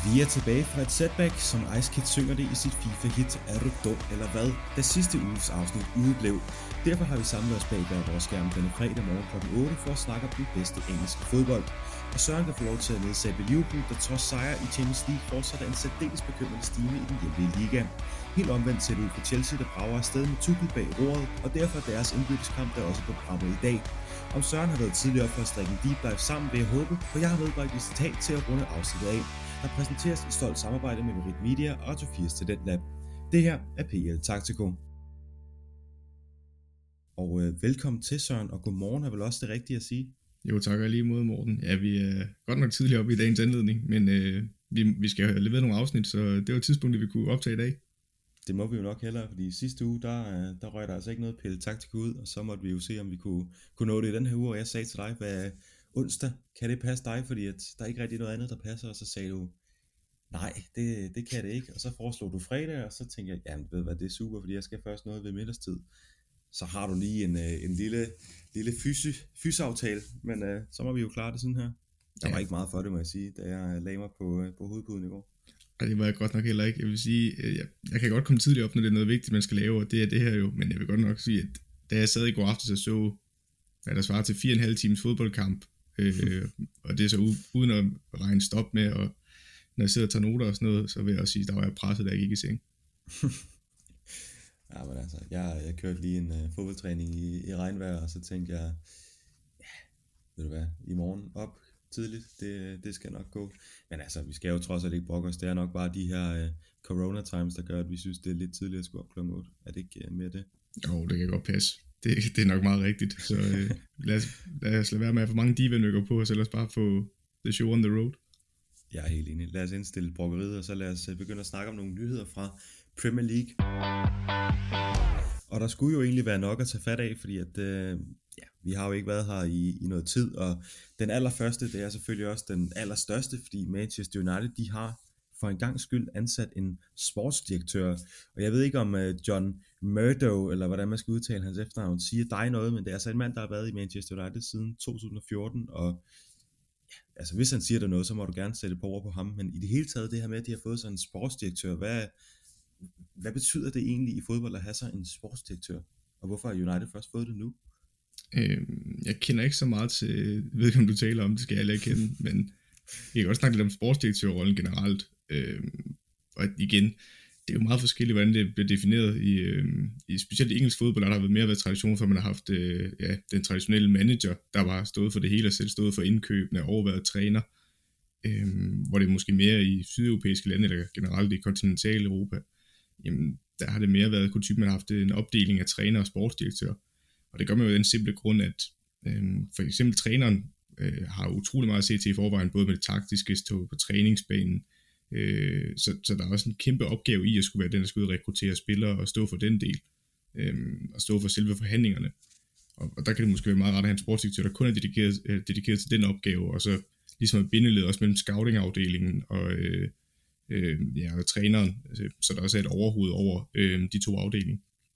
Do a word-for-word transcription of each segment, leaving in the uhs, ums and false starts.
Vi er tilbage fra et setback, som Ice Kid synger det i sit FIFA-hit Er du dum eller hvad, da sidste uges afsnit udeblev. Derfor har vi samlet os bag bag vores skærm denne fredag morgen klokken otte for at snakke om den bedste engelske fodbold. Og Søren kan få lov til at nedsætte Liverpool, der trods sejr i Champions League fortsætter en særdeles bekymrende stime i den hjemlige liga. Helt omvendt ser det ud for Chelsea, der brager afsted med Tuchel bag roret, og derfor er deres indbytteskamp der også på programmet i dag. Om Søren har været tidligere op for at strikke en deep dive sammen, vil jeg håbe, for jeg har medbragt et citat til at runde afsnittet af. Der præsenteres i stolt samarbejde med Merit Media og Radio fire Student Lab. Det her er P L Taktiko. Og øh, velkommen til, Søren, og godmorgen er vel også det rigtige at sige? Jo, tak lige imod, Morten. Ja, vi er godt nok tidligere oppe i dagens anledning, men øh, vi, vi skal have leveret nogle afsnit, så det var tidspunktet, vi kunne optage i dag. Det må vi jo nok hellere, fordi sidste uge, der, der røg der altså ikke noget P L Taktiko ud, og så måtte vi jo se, om vi kunne, kunne nå det i den her uge, og jeg sagde til dig, hvad onsdag, kan det passe dig, fordi at der er ikke rigtig noget andet, der passer, og så sagde du, nej, det, det kan det ikke, og så foreslog du fredag, og så tænkte jeg, jamen ved du hvad, det er super, fordi jeg skal først noget ved middagstid. Så har du lige en, en lille, lille fysi, fysaftale, men uh, så må vi jo klare det sådan her. Der var ja. ikke meget for det, må jeg sige, da jeg lagde mig på, på hovedpuden i går. Ej, det var jeg godt nok heller ikke. Jeg vil sige, jeg, jeg kan godt komme tidligt op, når det er noget vigtigt, man skal lave, og det er det her jo, men jeg vil godt nok sige, at da jeg sad i går aftes og så, hvad der svarer til fire og en halv times fodboldkamp, øh, og det er så uden at regne stop med, og når jeg sidder og tager noter og sådan noget, så vil jeg også sige, at der var jeg presset, da jeg gik i seng. Ja, men altså, jeg, jeg kørte lige en uh, fodboldtræning i, i regnvejr, og så tænkte jeg, ja, ved du hvad, i morgen op tidligt, det, det skal nok gå. Men altså, vi skal jo trods alt ikke brokke os, det er nok bare de her uh, corona times, der gør, at vi synes, det er lidt tidligt at skulle op klokken otte. Er det ikke uh, mere det? Jo, det kan godt passe. Det, det er nok meget rigtigt, så uh, lad, os, lad os lade være med at få mange diva-nykker på, og så lad os bare få the show on the road. Jeg er helt enig. Lad os indstille brokkeriet, og så lad os uh, begynde at snakke om nogle nyheder fra Premier League. Og der skulle jo egentlig være nok at tage fat af, fordi at, øh, ja, vi har jo ikke været her i, i noget tid, og den allerførste, det er selvfølgelig også den allerstørste, fordi Manchester United, de har for en gang skyld ansat en sportsdirektør, og jeg ved ikke om uh, John Murdo, eller hvordan man skal udtale hans efternavn, siger dig noget, men det er altså en mand, der har været i Manchester United siden to tusind og fjorten, og ja, altså hvis han siger der noget, så må du gerne sætte på ord på ham, men i det hele taget det her med, at de har fået sådan en sportsdirektør, hvad Hvad betyder det egentlig i fodbold at have så en sportsdirektør? Og hvorfor har United først fået det nu? Øhm, jeg kender ikke så meget til, jeg ved ikke om du taler om det, skal jeg heller ikke kende, men jeg kan godt snakke lidt om sportsdirektørrollen generelt. Øhm, og igen, det er jo meget forskelligt, hvordan det bliver defineret i, øhm, i specielt i engelsk fodbold, der har været mere været tradition for, at man har haft øh, ja, den traditionelle manager, der var stået for det hele og selv stået for indkøbene og overværet træner. Øhm, hvor det er måske mere i sydeuropæiske lande, eller generelt i kontinentale Europa. Jamen, der har det mere været kutyme, man har haft en opdeling af træner og sportsdirektør. Og det gør man jo af den simple grund, at øh, for eksempel træneren øh, har utrolig meget at se til i forvejen, både med det taktiske stå på træningsbanen. Øh, så, så der er også en kæmpe opgave i at skulle være den, der skal ud og rekruttere spillere og stå for den del. Øh, og stå for selve forhandlingerne. Og, og der kan det måske være meget rart at have en sportsdirektør, der kun er dedikeret, øh, dedikeret til den opgave, og så ligesom et bindeled også mellem scouting-afdelingen og... Øh, Øh, ja, og træneren, så der også er et overhoved over øh, de to afdelinger.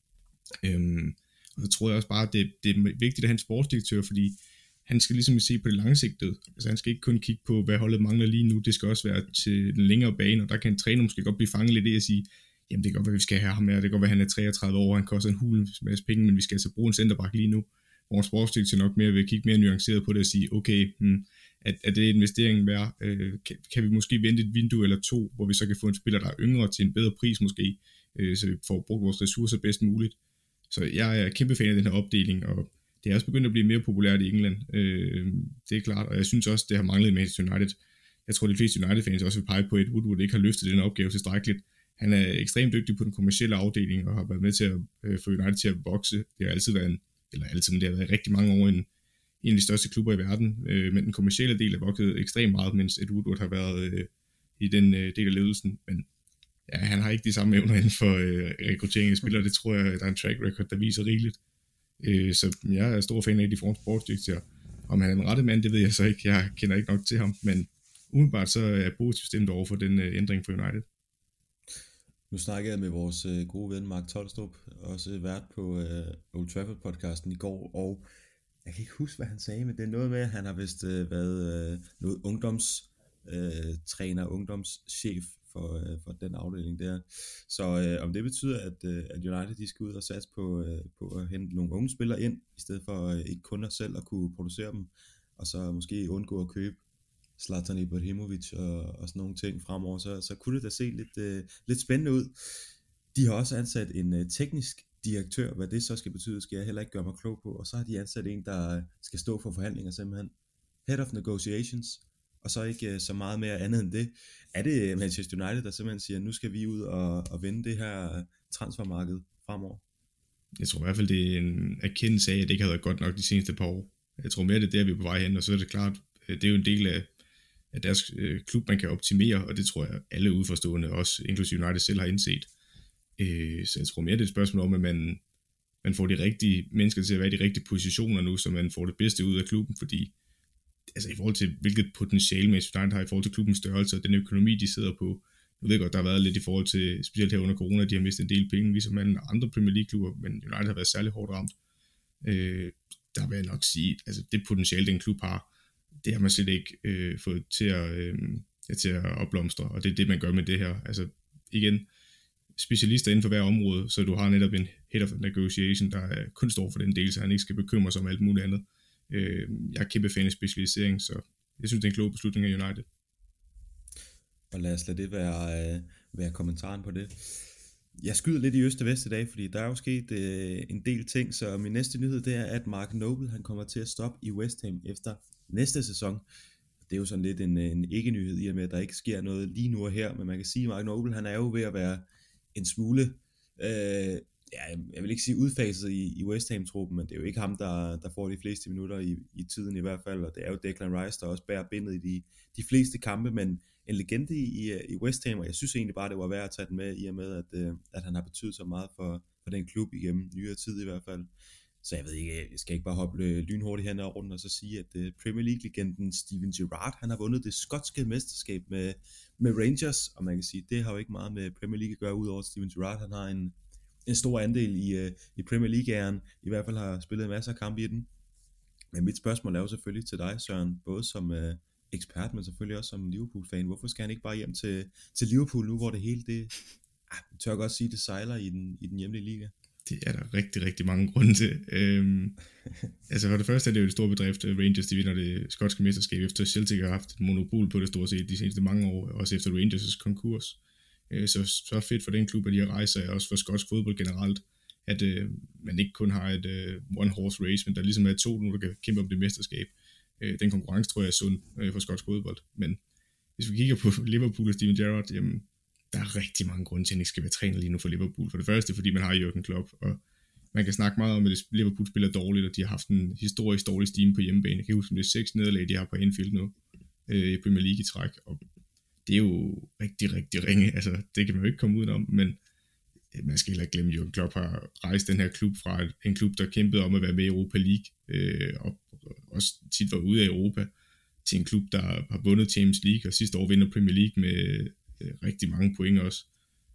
Øhm, og så tror jeg også bare, at det, det er vigtigt at have en sportsdirektør, fordi han skal ligesom se på det langsigtede. Altså han skal ikke kun kigge på, hvad holdet mangler lige nu, det skal også være til den længere bane, og der kan en træner måske godt blive fanget lidt i at sige, jamen det kan godt være, vi skal have ham her, det kan godt være, han er treogtredive år, han koster en hul masse penge, men vi skal altså bruge en centerback lige nu. Hvor en sportsdirektør nok mere vil kigge mere nuanceret på det og sige, okay, hmm, at, at det er investeringen værd, øh, kan, kan vi måske vente et vindue eller to, hvor vi så kan få en spiller, der er yngre til en bedre pris måske, øh, så vi får brugt vores ressourcer bedst muligt. Så jeg er kæmpe fan af den her opdeling, og det er også begyndt at blive mere populært i England, øh, det er klart, og jeg synes også, det har manglet i Manchester United. Jeg tror, de fleste United-fans også vil pege på, at Woodward ikke har løftet den opgave tilstrækkeligt. Han er ekstremt dygtig på den kommercielle afdeling, og har været med til at øh, få United til at vokse. Det har altid været en, eller altid, men det har været rigtig mange år en en af de største klubber i verden, øh, men den kommercielle del er vokset ekstremt meget, mens Ed Woodward har været øh, i den øh, del af ledelsen, men ja, han har ikke de samme evner inden for øh, rekruttering af spillere, det tror jeg, der er en track record, der viser rigeligt. Øh, så jeg er stor fan af de foran sportsdirektør. Om han er den rette mand, det ved jeg så ikke, jeg kender ikke nok til ham, men umiddelbart så er jeg positivt stemt over for den øh, ændring for United. Nu snakkede jeg med vores øh, gode ven Mark Tolstrup, også vært på øh, Old Trafford podcasten i går, og jeg kan ikke huske, hvad han sagde, men det er noget med, at han har vist øh, været øh, noget ungdoms øh, træner, ungdomschef for, øh, for den afdeling der. Så øh, om det betyder, at, øh, at United de skal ud og satse på, øh, på at hente nogle unge spillere ind, i stedet for øh, ikke kun selv at kunne producere dem, og så måske undgå at købe Zlatan Ibrahimovic og, og sådan nogle ting fremover, så, så kunne det da se lidt, øh, lidt spændende ud. De har også ansat en øh, teknisk direktør, hvad det så skal betyde, skal jeg heller ikke gøre mig klog på, og så har de ansat en, der skal stå for forhandlinger simpelthen. Head of Negotiations, og så ikke øh, så meget mere andet end det. Er det Manchester United, der simpelthen siger, nu skal vi ud og, og vende det her transfermarked fremover? Jeg tror i hvert fald, det er en erkendelse af, at det ikke har været godt nok de seneste par år. Jeg tror mere, det er der, vi er på vej hen, og så er det klart, det er jo en del af, af deres øh, klub, man kan optimere, og det tror jeg, alle udforstående, også inklusive United selv har indset. Øh, så jeg tror mere, det er et spørgsmål om, at man, man får de rigtige mennesker til at være i de rigtige positioner nu, så man får det bedste ud af klubben, fordi altså i forhold til, hvilket potentiale Manchester United har i forhold til klubbens størrelse og den økonomi, de sidder på. Nu ved jeg godt, der har været lidt i forhold til, specielt her under corona, de har mistet en del penge, ligesom andre Premier League-klubber, men United har været særlig hårdt ramt. Øh, der vil jeg nok sige, altså det potentiale, den klub har, det har man slet ikke øh, fået til at, øh, ja, til at opblomstre, og det er det, man gør med det her. Altså igen, specialister inden for hver område, så du har netop en head of negotiation, der kun står for den del, så han ikke skal bekymre sig om alt muligt andet. Øh, jeg er kæmpe fan af specialisering, så jeg synes, det er en klog beslutning af United. Og lad os lade det være, øh, være kommentaren på det. Jeg skyder lidt i øst og vest i dag, fordi der er jo sket øh, en del ting, så min næste nyhed det er, at Mark Noble han kommer til at stoppe i West Ham efter næste sæson. Det er jo sådan lidt en, en ikke-nyhed i og med, at der ikke sker noget lige nu og her, men man kan sige, at Mark Noble han er jo ved at være en smule, øh, ja, jeg vil ikke sige udfaset i, i West Ham-truppen, men det er jo ikke ham, der, der får de fleste minutter i, i tiden i hvert fald, og det er jo Declan Rice, der også bærer bindet i de, de fleste kampe, men en legende i, i West Ham, og jeg synes egentlig bare, det var værd at tage den med, i og med, at, at han har betydet så meget for, for den klub igennem nyere tid i hvert fald. Så jeg ved ikke, jeg skal ikke bare hoppe lynhurtigt hen over rundt og så sige, at Premier League-legenden Steven Gerrard, han har vundet det skotske mesterskab med, med Rangers, og man kan sige, det har jo ikke meget med Premier League at gøre, udover at Steven Gerrard, han har en, en stor andel i, i Premier League-æren, i hvert fald har spillet masser af kampe i den. Men mit spørgsmål er jo selvfølgelig til dig, Søren, både som uh, ekspert, men selvfølgelig også som Liverpool-fan. Hvorfor skal han ikke bare hjem til, til Liverpool nu, hvor det hele, det, ah, jeg tør godt sige, det sejler i den, i den hjemlige liga? Det er der rigtig, rigtig mange grunde til. Øhm, altså for det første er det jo et stort bedrift. Rangers, de vinder det skotske mesterskab, efter Celtic har haft et monopol på det stort set de seneste mange år, også efter Rangers' konkurs. Øh, så, så fedt for den klub, at de har rejser, også for skotsk fodbold generelt, at øh, man ikke kun har et øh, one-horse race, men der ligesom er to nu, der kan kæmpe om det mesterskab. Øh, den konkurrence tror jeg er sund øh, for skotsk fodbold. Men hvis vi kigger på Liverpool og Steven Gerrard, jamen, der er rigtig mange grunde til, at han ikke skal være træner lige nu for Liverpool. For det første, fordi man har Jürgen Klopp, og man kan snakke meget om, at Liverpool spiller dårligt, og de har haft en historisk dårlig stime på hjemmebane. Jeg kan huske, at det er seks nederlag, de har på Anfield nu øh, i Premier League i træk, og det er jo rigtig, rigtig ringe. Altså, det kan man jo ikke komme udenom, men man skal heller ikke glemme, at Jürgen Klopp har rejst den her klub fra en klub, der kæmpede om at være med i Europa League, øh, og også tit var ude af Europa, til en klub, der har vundet Champions League, og sidste år vinder Premier League med rigtig mange point også.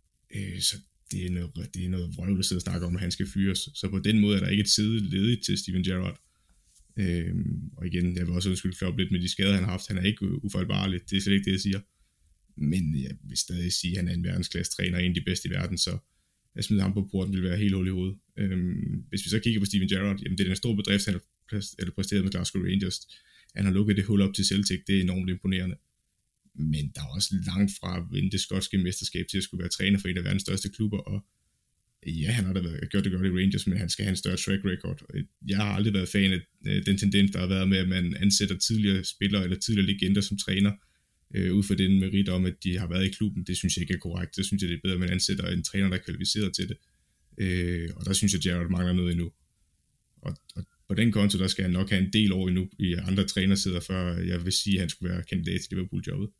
Øh, så det er noget, det er noget vrøvl, der sidder og snakker om, at han skal fyres. Så på den måde er der ikke et sæde ledigt til Steven Gerrard. Øh, og igen, jeg vil også undskylde Klopp lidt med de skader, han har haft. Han er ikke ufejlbarlig, det er slet ikke det, jeg siger. Men jeg vil stadig sige, at han er en verdensklasse træner, en af de bedste i verden, så at smide ham på porten vil være helt hul i hovedet. Øh, hvis vi så kigger på Steven Gerrard, jamen det er en stor bedrift, han har præsteret med Glasgow Rangers. Han har lukket det hul op til Celtic, det er enormt imponerende. Men der er også langt fra at vinde det skotske mesterskab til at skulle være træner for en af verdens største klubber, og ja, han har da været, gjort det godt i Rangers, men han skal have en større track record. Jeg har aldrig været fan af den tendens, der har været med, at man ansætter tidligere spillere eller tidligere legender som træner, øh, ud fra den merit om, at de har været i klubben. Det synes jeg ikke er korrekt. Det synes jeg, det er bedre, at man ansætter en træner, der er kvalificeret til det. Øh, og der synes jeg, at Gerrard mangler noget endnu. Og, og på den konto, der skal han nok have en del år endnu i andre trænersæder, før jeg vil sige, at han skulle være kandidat til Liverpool-jobbet.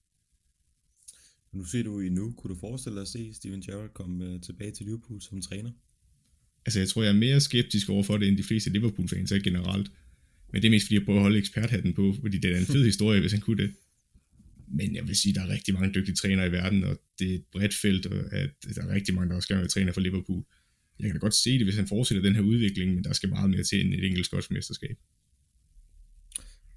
Nu ser du endnu. Kunne du forestille dig at se Steven Gerrard komme tilbage til Liverpool som træner? Altså, jeg tror, jeg er mere skeptisk overfor det, end de fleste Liverpool-fans er generelt. Men det er mest, fordi jeg prøver at holde eksperthatten på, fordi det er en fed historie, hvis han kunne det. Men jeg vil sige, at der er rigtig mange dygtige trænere i verden, og det er et bredt felt, og at der er rigtig mange, der også gerne vil være træner for Liverpool. Jeg kan da godt se det, hvis han fortsætter den her udvikling, men der skal meget mere til end et enkelt skotsk mesterskab.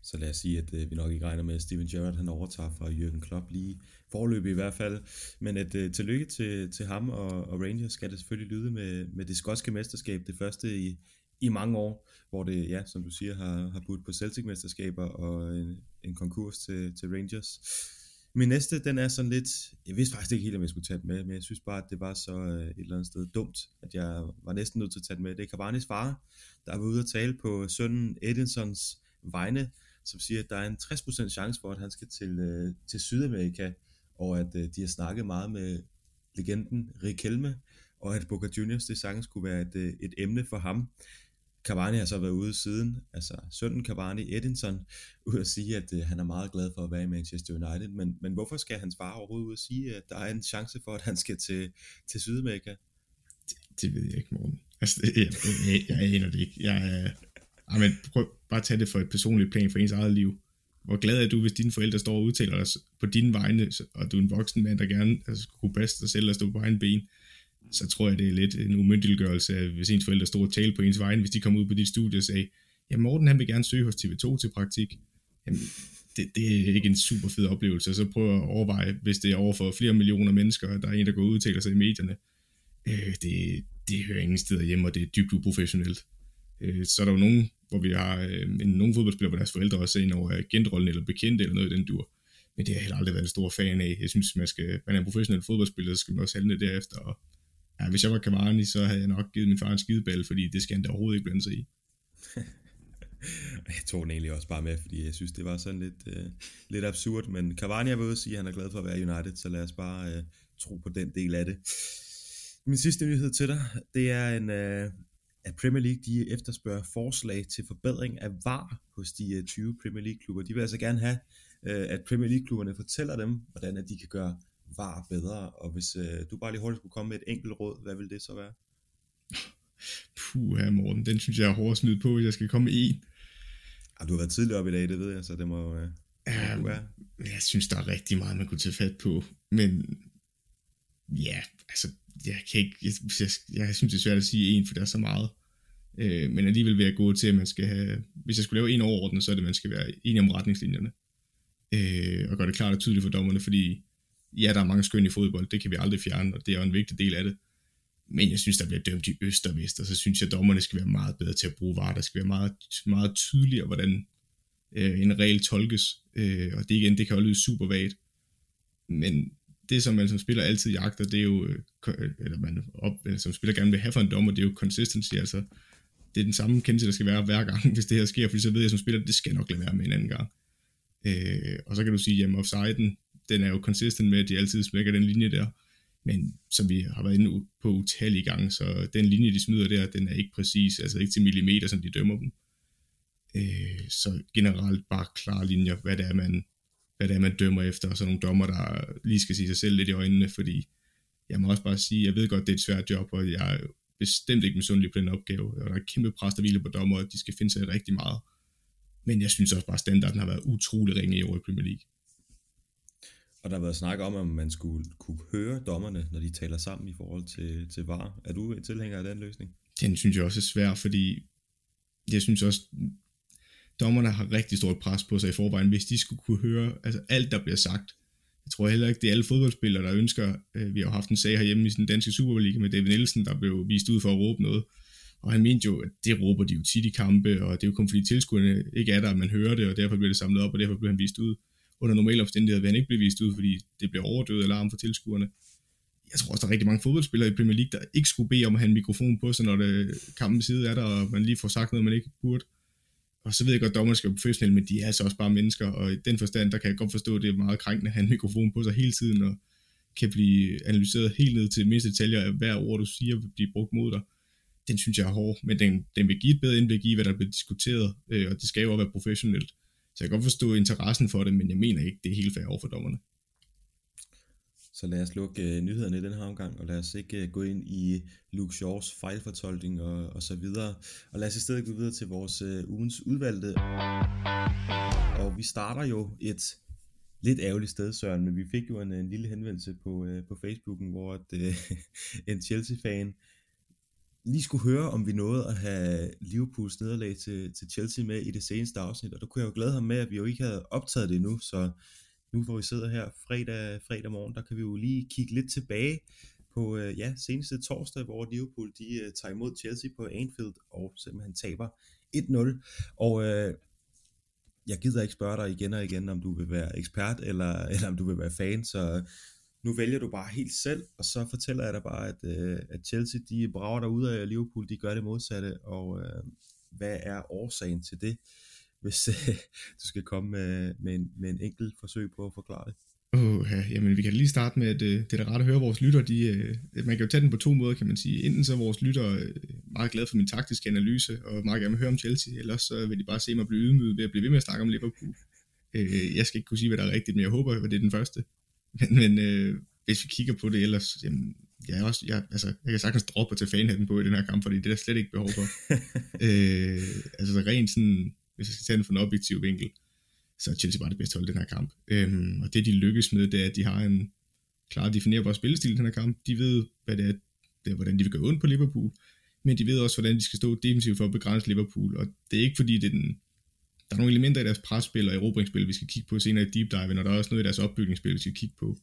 Så lad os sige, at øh, vi nok ikke regner med, at Steven Gerrard han overtager fra Jürgen Klopp lige forløbig i hvert fald. Men at øh, tillykke til, til ham og, og Rangers skal det selvfølgelig lyde med, med det skotske mesterskab, det første i, i mange år, hvor det, ja, som du siger, har, har budt på Celtic-mesterskaber og en, en konkurs til, til Rangers. Min næste, den er sådan lidt, jeg vidste faktisk ikke helt, om jeg skulle tage den med, men jeg synes bare, at det var så øh, et eller andet sted dumt, at jeg var næsten nødt til at tage den med. Det er Cavani's far, der var ude at tale på sønnen Edinsons vegne, som siger, at der er en tres procent chance for, at han skal til, øh, til Sydamerika, og at øh, de har snakket meget med legenden Riquelme, og at Boca Juniors det sagtens skulle være et, øh, et emne for ham. Cavani har så været ude siden, altså sønnen Cavani, Edinson, ud at sige, at øh, han er meget glad for at være i Manchester United, men, men hvorfor skal hans far overhovedet ud at sige, at der er en chance for, at han skal til, til Sydamerika? Det, det ved jeg ikke, Morten. Altså, det, jeg, jeg, jeg aner det ikke. Jeg, øh, men prøv bare at tage det for et personligt plan for ens eget liv. Hvor glad er du, hvis dine forældre står og udtaler dig på dine vegne, og du er en voksen mand, der gerne altså, kunne passe dig selv og stå på egen ben, så tror jeg, det er lidt en umyndiggørelse af, hvis ens forældre stod og talte på ens vegne, hvis de kom ud på dit studie og sagde, ja, Morten han vil gerne søge hos T V to til praktik. Jamen, det, det er ikke en super fed oplevelse, så prøv at overveje, hvis det er over for flere millioner mennesker, og der er en, der går ud og udtaler sig i medierne. Øh, det, det hører ingen steder hjemme, og det er dybt uprofessionelt. Øh, så er der jo nogen, hvor vi har øh, nogle fodboldspillere, hvor deres forældre også er ind over agentrollen eller bekendte eller noget i den dur. Men det har jeg heller aldrig været en stor fan af. Jeg synes, man skal, man er en professionel fodboldspiller, så skal man også handle derefter. Og ja, hvis jeg var Cavani, så havde jeg nok givet min far en skideball, fordi det skal han da overhovedet ikke blande sig i. Jeg tog den egentlig også bare med, fordi jeg synes, det var sådan lidt, øh, lidt absurd. Men Cavani er ved at sige, at han er glad for at være United, så lad os bare øh, tro på den del af det. Min sidste nyhed til dig, det er en... Øh, at Premier League de efterspørger forslag til forbedring af V A R hos de tyve Premier League-klubber. De vil altså gerne have, at Premier League-klubberne fortæller dem, hvordan at de kan gøre V A R bedre. Og hvis du bare lige hurtigt skulle komme med et enkelt råd, hvad vil det så være? Puh, her Morten, den synes jeg er hårdt smidt på, hvis jeg skal komme med en. Ja, du har været tidligere op i dag, det ved jeg, så det må uh, ja, være. Jeg synes, der er rigtig meget, man kunne tage fat på. Men ja, altså, jeg kan ikke, jeg, jeg, jeg synes, det er svært at sige en, for der er så meget. Øh, men alligevel vil jeg gå til, at man skal have, hvis jeg skulle lave en overordnet, så er det, at man skal være enig om retningslinjerne. Øh, og gøre det klart og tydeligt for dommerne, fordi ja, der er mange skøn i fodbold, det kan vi aldrig fjerne, og det er jo en vigtig del af det. Men jeg synes, der bliver dømt i øst og vest, og så synes jeg, at dommerne skal være meget bedre til at bruge V A R. Der skal være meget, meget tydeligere, hvordan øh, en regel tolkes. Øh, og det igen, det kan jo lyde super vagt. Men det, som man som spiller altid jagter, det er jo, eller man op, eller som spiller gerne vil have for en dommer, det er jo consistency, altså det er den samme kendelse, der skal være hver gang, hvis det her sker, fordi så ved jeg som spiller, det skal nok lade være med en anden gang. Øh, og så kan du sige, jamen offsiden, den er jo consistent med, at de altid smækker den linje der, men som vi har været inde på utallige gange, så den linje, de smider der, den er ikke præcis, altså ikke til millimeter, som de dømmer dem. Øh, så generelt bare klare linjer, hvad det er, man hvad det er, man dømmer efter, og så nogle dommer, der lige skal sige sig selv lidt i øjnene, fordi jeg må også bare sige, jeg ved godt, det er et svært job, og jeg er bestemt ikke misundelig på den opgave, og der er et kæmpe pres, der hviler på dommer, og de skal finde sig rigtig meget. Men jeg synes også bare, at standarden har været utrolig ringe i år i Premier League. Og der har været snak om, at man skulle kunne høre dommerne, når de taler sammen i forhold til, til V A R. Er du tilhænger af den løsning? Den synes jeg også er svær, fordi jeg synes også, dommerne har rigtig stort pres på sig i forvejen, hvis de skulle kunne høre altså alt, der bliver sagt. Jeg tror heller ikke, det er alle fodboldspillere, der ønsker, øh, vi har jo haft en sag herhjemme i den danske Superliga med David Nielsen, der blev vist ud for at råbe noget. Og han mente jo, at det råber de jo tit i kampe, og det er jo kun fordi tilskuerne ikke er der, at man hører det, og derfor bliver det samlet op, og derfor bliver han vist ud. Under normale omstændigheder vil han ikke blive vist ud, fordi det bliver overdøvet alarm for tilskuerne. Jeg tror også, der er rigtig mange fodboldspillere i Premier League, der ikke skulle bede om at have en mikrofon på sig, når det, kampen side er der, og man lige får sagt noget, man ikke burde. Og så ved jeg godt, at dommerne skal være professionelle, men de er altså også bare mennesker, og i den forstand, der kan jeg godt forstå, at det er meget krænkende at have en mikrofon på sig hele tiden, og kan blive analyseret helt ned til mindste detaljer af hver ord, du siger, vil blive brugt mod dig. Den synes jeg er hård, men den, den vil give et bedre indblik i, hvad der bliver diskuteret, øh, og det skal jo også være professionelt. Så jeg kan godt forstå interessen for det, men jeg mener ikke, det er helt fair over for dommerne. Så lad os lukke uh, nyhederne i den her omgang, og lad os ikke uh, gå ind i Luke Shaws fejlfortolkning og, og så videre. Og lad os i stedet gå videre til vores uh, ugens udvalgte. Og vi starter jo et lidt ærgerligt sted, Søren, men vi fik jo en, en lille henvendelse på, uh, på Facebooken, hvor et, uh, en Chelsea-fan lige skulle høre, om vi nåede at have Liverpools nederlag til, til Chelsea med i det seneste afsnit, og der kunne jeg jo glæde ham med, at vi jo ikke havde optaget det endnu, så nu hvor vi sidder her fredag, fredag morgen, der kan vi jo lige kigge lidt tilbage på øh, ja, seneste torsdag, hvor Liverpool de øh, tager imod Chelsea på Anfield og simpelthen taber et nul. Og øh, jeg gider ikke spørge dig igen og igen, om du vil være ekspert eller, eller om du vil være fan, så nu vælger du bare helt selv, og så fortæller jeg dig bare, at, øh, at Chelsea de brager derude af Liverpool, de gør det modsatte, og øh, hvad er årsagen til det, hvis øh, du skal komme med, med, en, med en enkelt forsøg på at forklare det? Oh, ja, jamen vi kan lige starte med, at øh, det er da rart at høre vores lytter. De, øh, man kan jo tage den på to måder, kan man sige. Enten så er vores lytter øh, meget glad for min taktiske analyse, og meget gerne vil høre om Chelsea, eller så vil de bare se mig blive ydmyget ved at blive ved med at snakke om Liverpool. Øh, jeg skal ikke kunne sige, hvad der er rigtigt, men jeg håber, at det er den første. Men, men øh, hvis vi kigger på det ellers, jamen, jeg, er også, jeg, altså, jeg kan sagtens droppe til fanhatten på i den her kamp, fordi det er der slet ikke behov for. øh, altså rent sådan, hvis jeg skal tage den fra en objektiv vinkel, så er Chelsea bare det bedste hold i den her kamp. Øhm, og det de lykkes med, det er, at de har en klar definerbar spillestil i den her kamp. De ved, hvad det er, det er, hvordan de vil gøre ondt på Liverpool, men de ved også, hvordan de skal stå defensivt for at begrænse Liverpool. Og det er ikke fordi, det er den, der er nogle elementer i deres presspil og erobringsspil, vi skal kigge på senere i deep dive, og der er også noget i deres opbygningsspil, vi skal kigge på.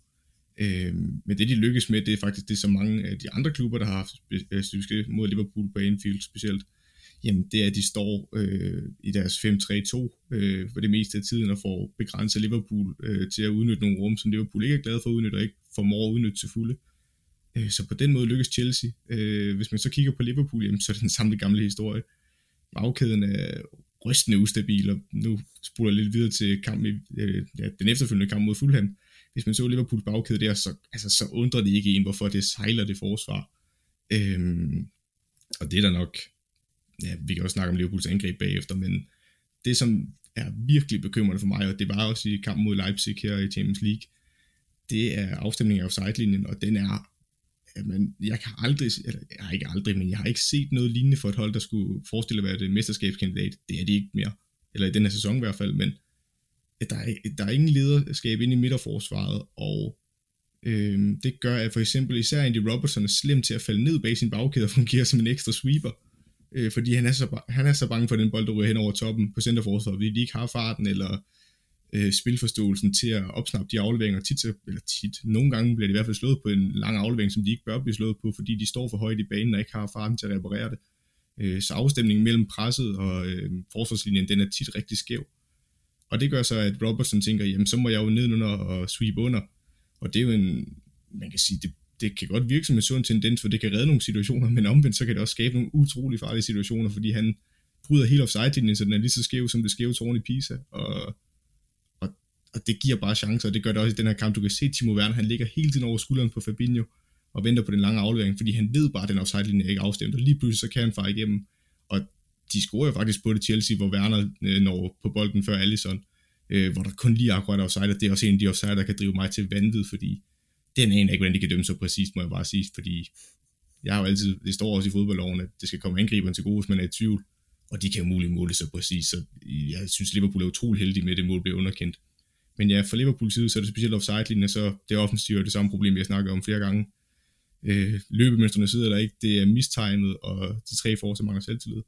Øhm, men det de lykkes med, det er faktisk det, som mange af de andre klubber, der har haft specifikt mod Liverpool på Anfield specielt, jamen det er, at de står øh, i deres fem tre to øh, for det meste af tiden og får begrænset Liverpool øh, til at udnytte nogle rum, som Liverpool ikke er glad for at udnytte og ikke formår at udnytte til fulde. Øh, så på den måde lykkes Chelsea. Øh, hvis man så kigger på Liverpool, jamen, så er det den samme gamle historie. Bagkæden er rystende ustabil, og nu spoler jeg lidt videre til kampen, øh, ja, den efterfølgende kamp mod Fulham. Hvis man så Liverpools bagkæde der, så, altså, så undrer det ikke en, hvorfor det sejler det forsvar. Øh, og det er der nok... Ja, vi kan også snakke om Liverpools angreb bagefter, men det som er virkelig bekymrende for mig, og det var også i kampen mod Leipzig her i Champions League, det er afstemningen af offside-linjen, og den er, jamen, jeg kan aldrig, eller jeg har ikke aldrig, men jeg har ikke set noget lignende for et hold, der skulle forestille at være det mesterskabskandidat. Det er de ikke mere, eller i den her sæson i hvert fald, men der er, der er ingen lederskab inde i midterforsvaret, og øh, det gør, at for eksempel især Andy Robertson er slem til at falde ned bag sin bagkæde og fungere som en ekstra sweeper. Øh, fordi han er, så, han er så bange for den bold, der ryger hen over toppen på centerforsvaret, fordi de ikke har farten eller øh, spilforståelsen til at opsnappe de afleveringer tit, eller tit, nogle gange bliver de i hvert fald slået på en lang aflevering, som de ikke bør blive slået på, fordi de står for højt i banen og ikke har farten til at reparere det. Øh, så afstemningen mellem presset og øh, forsvarslinjen, den er tit rigtig skæv. Og det gør så, at Robertson tænker, jamen så må jeg jo ned under og sweep under, og det er jo en, man kan sige, det det kan godt virke som en sund tendens, for det kan redde nogle situationer, men omvendt så kan det også skabe nogle utrolig farlige situationer, fordi han bryder helt offside-linjen, så den er lige så skæv som det skæve tårn i Pisa, og, og, og det giver bare chancer, og det gør det også i den her kamp. Du kan se Timo Werner, han ligger hele tiden over skulderen på Fabinho, og venter på den lange aflevering, fordi han ved bare, at den offside-linje er ikke afstemt, og lige pludselig så kan han fare igennem, og de scorer jo faktisk på det Chelsea, hvor Werner øh, når på bolden før Alisson, øh, hvor der kun lige akkurat offside, og det er også en af de offside, der kan drive mig til vanvid, fordi den aner ikke, hvordan de kan dømme så præcist, må jeg bare sige, fordi jeg har jo altid, det står også i fodboldloven, at det skal komme angriberen til gode, hvis man er i tvivl, og de kan jo muligt måle så præcist, så jeg synes, Liverpool er utrolig heldig med, at det mål bliver underkendt. Men ja, for Liverpools side, så er det specielt offside-linjen, så det er offensivt det samme problem, jeg snakker om flere gange. Øh, løbemønstrene sidder der ikke, det er mistimet, og de tre forser mangler selvtillid.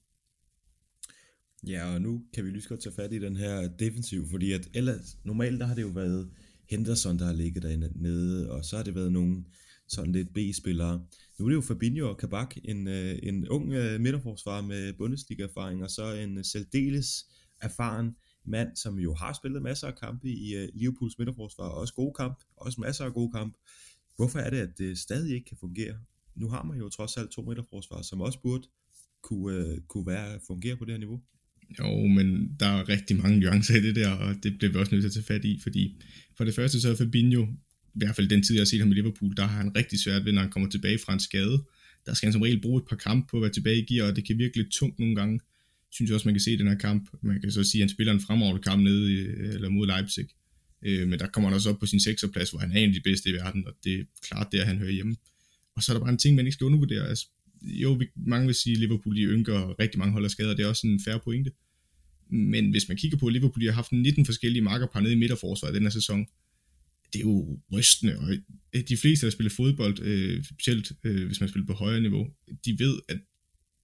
Ja, og nu kan vi lige godt tage fat i den her defensiv, fordi at ellers, normalt der har det jo været Henderson, der har ligget derinde nede, og så har det været nogle sådan lidt B-spillere. Nu er det jo Fabinho og Kabak, en, en ung midterforsvarer med Bundesliga-erfaring, og så en særdeles erfaren mand, som jo har spillet masser af kampe i Liverpools midterforsvar, også gode kamp, også masser af gode kamp. Hvorfor er det, at det stadig ikke kan fungere? Nu har man jo trods alt to midterforsvar, som også burde kunne, kunne være, fungere på det her niveau. Jo, men der er rigtig mange nuancer i det der, og det bliver vi også nødt til at tage fat i, fordi for det første så er Fabinho, i hvert fald den tid, jeg har set ham i Liverpool, der har han rigtig svært ved, når han kommer tilbage fra en skade. Der skal han som regel bruge et par kampe på at være tilbage i gear, og det kan virke lidt tungt nogle gange, synes jeg også, man kan se i den her kamp. Man kan så sige, at han spiller en fremragende kamp nede i, eller mod Leipzig, øh, men der kommer han også op på sin sekserplads, hvor han er en af de bedste i verden, og det er klart der, han hører hjemme. Og så er der bare en ting, man ikke skal undervurdere. Altså, jo, vi, mange vil sige, at Liverpool de ynker rigtig mange hold af skader, det er også en fair pointe. Men hvis man kigger på, at Liverpool har haft nitten forskellige markerpar nede i midterforsvaret i den her sæson, det er jo rystende, og de fleste, der spiller fodbold, øh, specielt øh, hvis man spiller på højere niveau, de ved, at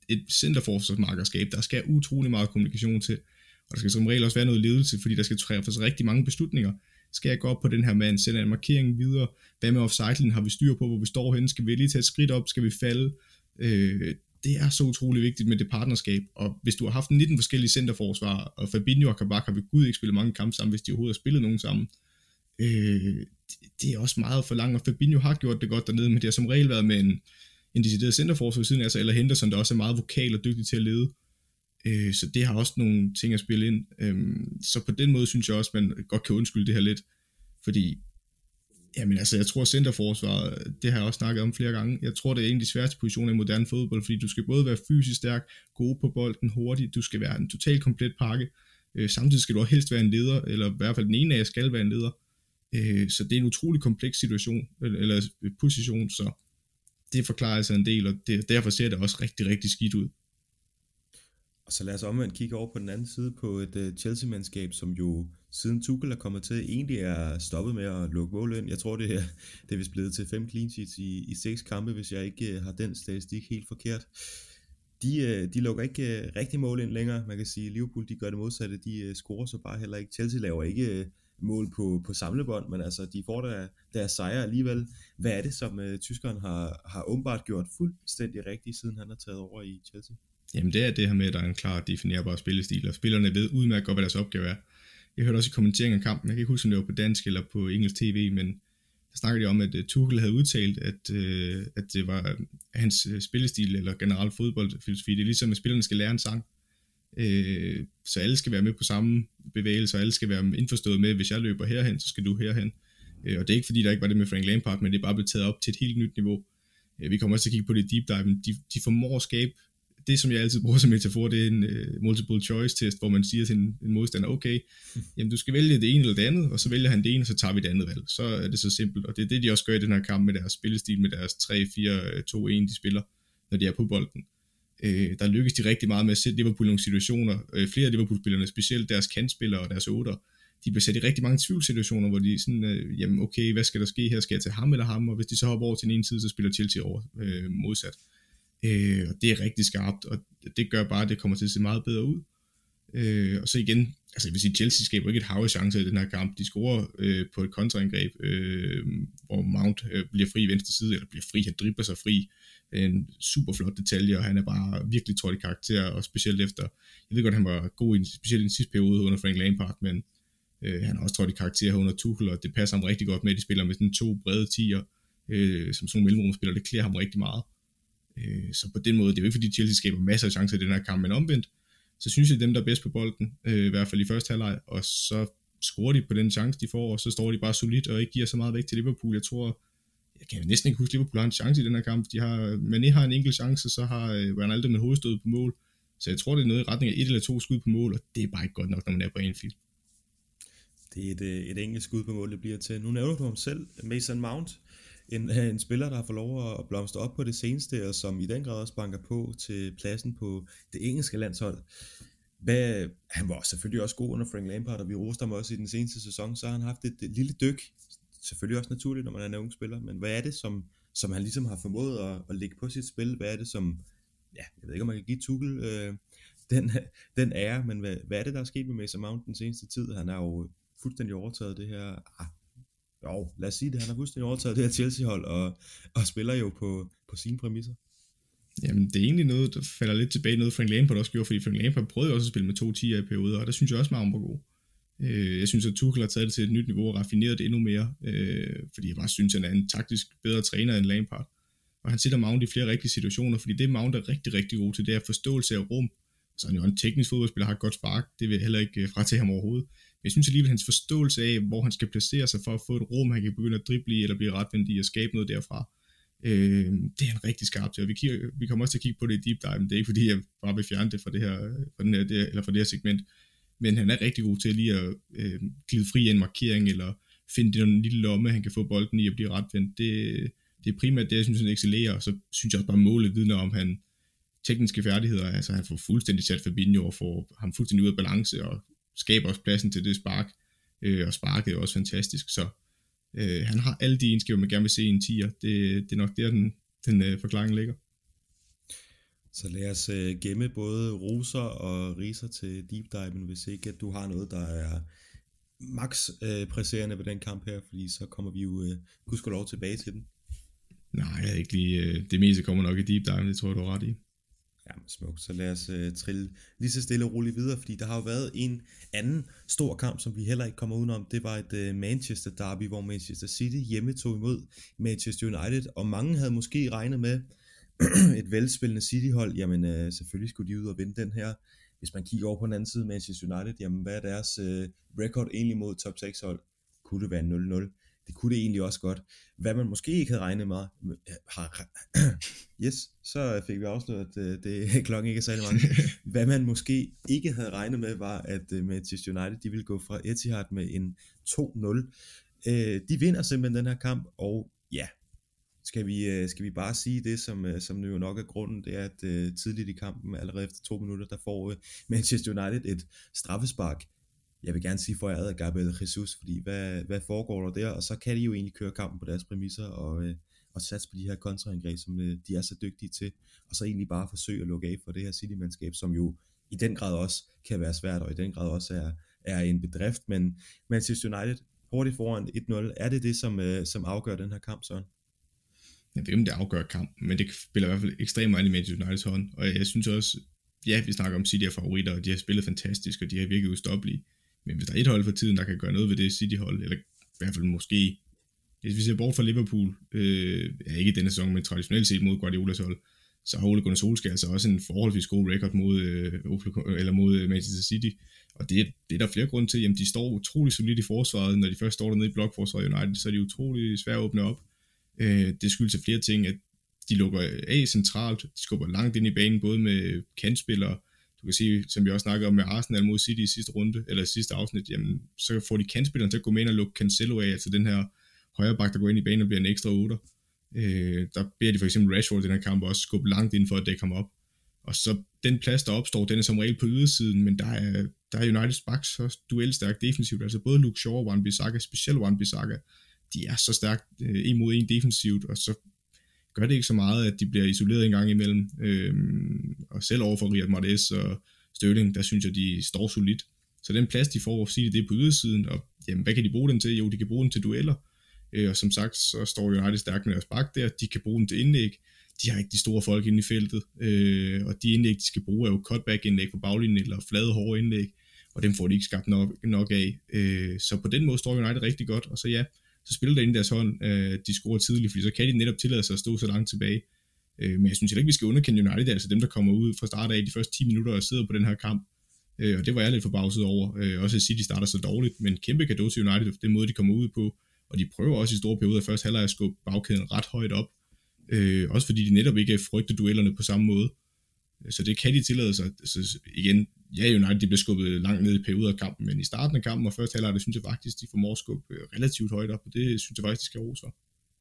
et centerforsvarsmarkerskab, der skal utrolig meget kommunikation til, og der skal som regel også være noget ledelse, fordi der skal træffes rigtig mange beslutninger. Skal jeg gå op på den her mand, sender en markering videre, hvad med offside-linjen, har vi styr på, hvor vi står henne, skal vi lige tage et skridt op, skal vi falde, øh, det er så utrolig vigtigt med det partnerskab, og hvis du har haft nitten forskellige centerforsvar, og Fabinho og Kabak har ved Gud ikke spillet mange kampe sammen, hvis de overhovedet har spillet nogen sammen, øh, det er også meget for langt, og Fabinho har gjort det godt dernede, men det har som regel været med en, en decideret centerforsvar siden, altså eller Henderson, der også er meget vokal og dygtig til at lede, øh, så det har også nogle ting at spille ind, øh, så på den måde synes jeg også, man godt kan undskylde det her lidt, fordi jamen altså, jeg tror centerforsvaret, det har jeg også snakket om flere gange, jeg tror det er en af de sværeste positioner i moderne fodbold, fordi du skal både være fysisk stærk, god på bolden, hurtig, du skal være en totalt komplet pakke, øh, samtidig skal du også helst være en leder, eller i hvert fald den ene af jer skal være en leder, øh, så det er en utrolig kompleks situation, eller, eller position, så det forklarer altså en del, og det, derfor ser det også rigtig, rigtig skidt ud. Og så lad os omvendt kigge over på den anden side på et uh, Chelsea-mandskab, som jo siden Tuchel er kommet til, egentlig er stoppet med at lukke mål ind. Jeg tror, det er, det er vist blevet til fem clean sheets i, i seks kampe, hvis jeg ikke uh, har den statistik helt forkert. De, uh, de lukker ikke uh, rigtig mål ind længere. Man kan sige, at Liverpool de gør det modsatte. De uh, scorer så bare heller ikke. Chelsea laver ikke uh, mål på, på samlebånd, men altså, de får der, deres sejre alligevel. Hvad er det, som uh, tyskeren har, har åbenbart gjort fuldstændig rigtigt, siden han har taget over i Chelsea? Jamen det er det her med, at der er en klar definerbar spillestil, og spillerne ved udmærket godt, hvad deres opgave er. Jeg hørte også i kommenteringen af kampen, jeg kan ikke huske, om det var på dansk eller på engelsk tv, men der snakkede de om, at Tuchel havde udtalt, at, øh, at det var hans spillestil eller generelt fodboldfilosofi. Det er ligesom, at spillerne skal lære en sang, øh, så alle skal være med på samme bevægelser, alle skal være indforstået med, hvis jeg løber herhen, så skal du herhen. Øh, og det er ikke fordi, der ikke var det med Frank Lampard, men det er bare blevet taget op til et helt nyt niveau. Øh, vi kommer også til at kigge på det deep dive, de, de formår at skabe det, som jeg altid bruger som metafor, det er en uh, multiple choice test, hvor man siger til en, en modstander, okay, jamen du skal vælge det ene eller det andet, og så vælger han det ene, og så tager vi det andet valg. Så er det så simpelt, og det er det, de også gør i den her kamp med deres spillestil, med deres tre fire to en, de spiller, når de er på bolden. Uh, der lykkes de rigtig meget med at sætte Liverpool i nogle situationer. Uh, flere af Liverpool-spillerne, specielt deres kantspillere og deres otter, de bliver sat i rigtig mange tvivlssituationer, hvor de sådan, uh, jamen okay, hvad skal der ske her? Skal jeg til ham eller ham? Og hvis de så hopper over til den ene side, så spiller Chelsea over uh, modsat. Øh, og det er rigtig skarpt, og det gør bare, at det kommer til at se meget bedre ud. Øh, og så igen, altså jeg vil sige, Chelsea skaber ikke et hav af chancer i den her kamp. De scorer øh, på et kontraangreb, øh, hvor Mount øh, bliver fri i venstre side, eller bliver fri, han dribler sig fri. En super flot detalje, og han er bare virkelig trådt i karakter, og specielt efter, jeg ved godt, han var god i, specielt i den sidste periode under Frank Lampard, men øh, han har også trådt i karakter under Tuchel, og det passer ham rigtig godt med, at de spiller med sådan to brede tier, øh, som sådan nogle mellemrumspillere, det klæder ham rigtig meget. Så på den måde, det er jo ikke fordi Chelsea skaber masser af chancer i den her kamp, men omvendt, så synes jeg dem, der er bedst på bolden, øh, i hvert fald i første halvleg, og så scorer de på den chance, de får, og så står de bare solidt og ikke giver så meget væk til Liverpool. Jeg tror, jeg kan næsten ikke huske, at Liverpool har en chance i den her kamp. De har, Mané har en enkelt chance, så har øh, Ronaldo med hovedstød på mål, så jeg tror, det er noget i retning af et eller to skud på mål, og det er bare ikke godt nok, når man er på Anfield. Det er et, et enkelt skud på mål, det bliver til. Nu nævner du ham selv, Mason Mount. En, en spiller, der har fået lov at blomstre op på det seneste, og som i den grad også banker på til pladsen på det engelske landshold. Hvad, han var selvfølgelig også god under Frank Lampard, og vi roste ham også i den seneste sæson, så har han haft et, et lille dyk. Selvfølgelig også naturligt, når man er en ung spiller, men hvad er det, som, som han ligesom har formået at, at lægge på sit spil? Hvad er det, som, ja, jeg ved ikke, om man kan give Tuchel øh, den, den ære, men hvad, hvad er det, der er sket med Mason Mount den seneste tid? Han har jo fuldstændig overtaget det her... Ah, Jo, lad os sige det, han har fuldstændig overtaget det her Chelsea-hold, og, og spiller jo på, på sine præmisser. Jamen, det er egentlig noget, der falder lidt tilbage, noget Frank Lampard også gjorde, fordi Frank Lampard prøvede også at spille med to tier i perioder, og der synes jeg også, Mount var god. Jeg synes, at Tuchel har taget det til et nyt niveau og raffineret det endnu mere, fordi jeg bare synes, at han er en taktisk bedre træner end Lampard. Og han sætter Mount i flere rigtige situationer, fordi det Mount er rigtig, rigtig god til, det er forståelse af rum. Så han er jo en teknisk fodboldspiller, har et godt spark, det vil jeg heller ikke fratage ham overhovedet. Men jeg synes alligevel, hans forståelse af, hvor han skal placere sig for at få et rum, han kan begynde at drible i, eller blive retvendt i og skabe noget derfra, øh, det er han rigtig skarp til. Og vi, kigger, vi kommer også til at kigge på det i deep dive, men det er ikke fordi, jeg bare vil fjerne det fra det her, fra den her, det, eller fra det her segment. Men han er rigtig god til lige at øh, glide fri af en markering, eller finde den lille lomme, han kan få bolden i og blive retvendt. Det, det er primært det, jeg synes, han excellerer, og så synes jeg også bare, målet vidner om han tekniske færdigheder, altså han får fuldstændig sat Fabinho og får ham fuldstændig ud af balance, og skaber også pladsen til det spark, øh, og sparket er også fantastisk, så øh, han har alle de egenskaber, man gerne vil se i en tier. Det, det er nok der, den, den øh, forklaring ligger. Så lad os øh, gemme både roser og riser til deep diven, hvis ikke at du har noget, der er max øh, presserende ved den kamp her, fordi så kommer vi jo øh, gudskelov tilbage til den. Nej, jeg er ikke lige, øh, det meste kommer nok i deep dive, det tror jeg, du har ret i. Jamen smukt, så lad os øh, trille lige så stille og roligt videre, fordi der har jo været en anden stor kamp, som vi heller ikke kommer udenom. Det var et øh, Manchester derby, hvor Manchester City hjemme tog imod Manchester United, og mange havde måske regnet med et velspillende City-hold. Jamen øh, selvfølgelig skulle de ud og vinde den her. Hvis man kigger over på den anden side, Manchester United, jamen hvad er deres øh, record egentlig mod top seks hold? Kunne det være nul nul? Det kunne det egentlig også godt. Hvad man måske ikke havde regnet med, har, yes, så fik vi afsløret, at det klokken ikke er særlig mange. Hvad man måske ikke havde regnet med, var, at Manchester United, de ville gå fra Etihad med en to nul. De vinder simpelthen den her kamp, og ja, skal vi, skal vi bare sige det, som, som jo nok er grunden, det er, at tidligt i kampen, allerede efter to minutter, der får Manchester United et straffespark. Jeg vil gerne sige foræret af Gabriel Jesus, fordi hvad, hvad foregår der der? Og så kan de jo egentlig køre kampen på deres præmisser og, øh, og satse på de her kontraangreb, som øh, de er så dygtige til. Og så egentlig bare forsøge at lukke af for det her City-mandskab, som jo i den grad også kan være svært, og i den grad også er, er en bedrift. Men Manchester United hurtigt foran et nul. Er det det, som, øh, som afgør den her kamp, Søren? Jeg ved ikke, om det afgør kampen, men det spiller i hvert fald ekstremt meget i Manchester Uniteds hånd. Og jeg synes også, ja, vi snakker om City er favoritter, og de har spillet fantastisk, og de har virket ustoppelige. Men hvis der er et hold for tiden, der kan gøre noget ved det City-hold, eller i hvert fald måske, hvis vi ser bort fra Liverpool, øh, ja, ikke i denne sæson, men traditionelt set mod Guardiolas hold, så har Ole Gunnar Solskjaer altså også en forholdsvis god record mod, øh, eller mod Manchester City. Og det, det er der flere grunde til. Jamen, de står utrolig solidt i forsvaret. Når de først står dernede i blokforsvaret United, så er de utrolig svære at åbne op. Øh, det skyldes af flere ting, at de lukker af centralt, de skubber langt ind i banen, både med kantspillere. Du kan sige, som vi også snakkede om med Arsenal mod City i sidste runde, eller i sidste afsnit, jamen, så får de kantspilleren til at gå med ind og lukke Cancelo af, altså den her højre bak, der går ind i banen og bliver en ekstra otter. Øh, der beder de for eksempel Rashford i den her kamp også skubbe langt ind for at dække ham op. Og så den plads, der opstår, den er som regel på ydersiden, men der er, der er Uniteds backs så duelstærkt defensivt, altså både Luke Shaw og Wan-Bissaka, specielt Wan-Bissaka, de er så stærkt øh, en mod en defensivt, og så gør det ikke så meget, at de bliver isoleret en gang imellem. Øhm, og selv over for Riyad Mahrez og Sterling, der synes jeg, de står solidt. Så den plads, de får, siger det er på ydersiden, og jamen, hvad kan de bruge den til? Jo, de kan bruge den til dueller. Øh, og som sagt, så står United stærkt med deres bak der. De kan bruge den til indlæg. De har ikke de store folk inde i feltet. Øh, og de indlæg, de skal bruge, er jo cutback-indlæg på baglinjen, eller flade, hårde indlæg. Og dem får de ikke skabt nok, nok af. Øh, så på den måde står United rigtig godt. Og så ja, så spiller det ind i deres hånd, øh, de scorer tidligt, fordi så kan de netop tillade sig at stå så langt tilbage. Øh, men jeg synes heller ikke, vi skal underkende United, altså dem, der kommer ud fra start af de første ti minutter og sidder på den her kamp. Øh, og det var jeg lidt forbavset over. Øh, også at City starter så dårligt, men kæmpe cadeau til United, den måde, de kommer ud på. Og de prøver også i store perioder først halvleg at skubbe bagkæden ret højt op. Øh, også fordi de netop ikke frygter duellerne på samme måde. Så det kan de tillade sig. Så igen, ja, United de bliver skubbet langt ned i perioder af kampen, men i starten af kampen og første halvleg, det synes jeg faktisk, de formår at skubbe relativt højt op, og det synes jeg faktisk, de skal rose for.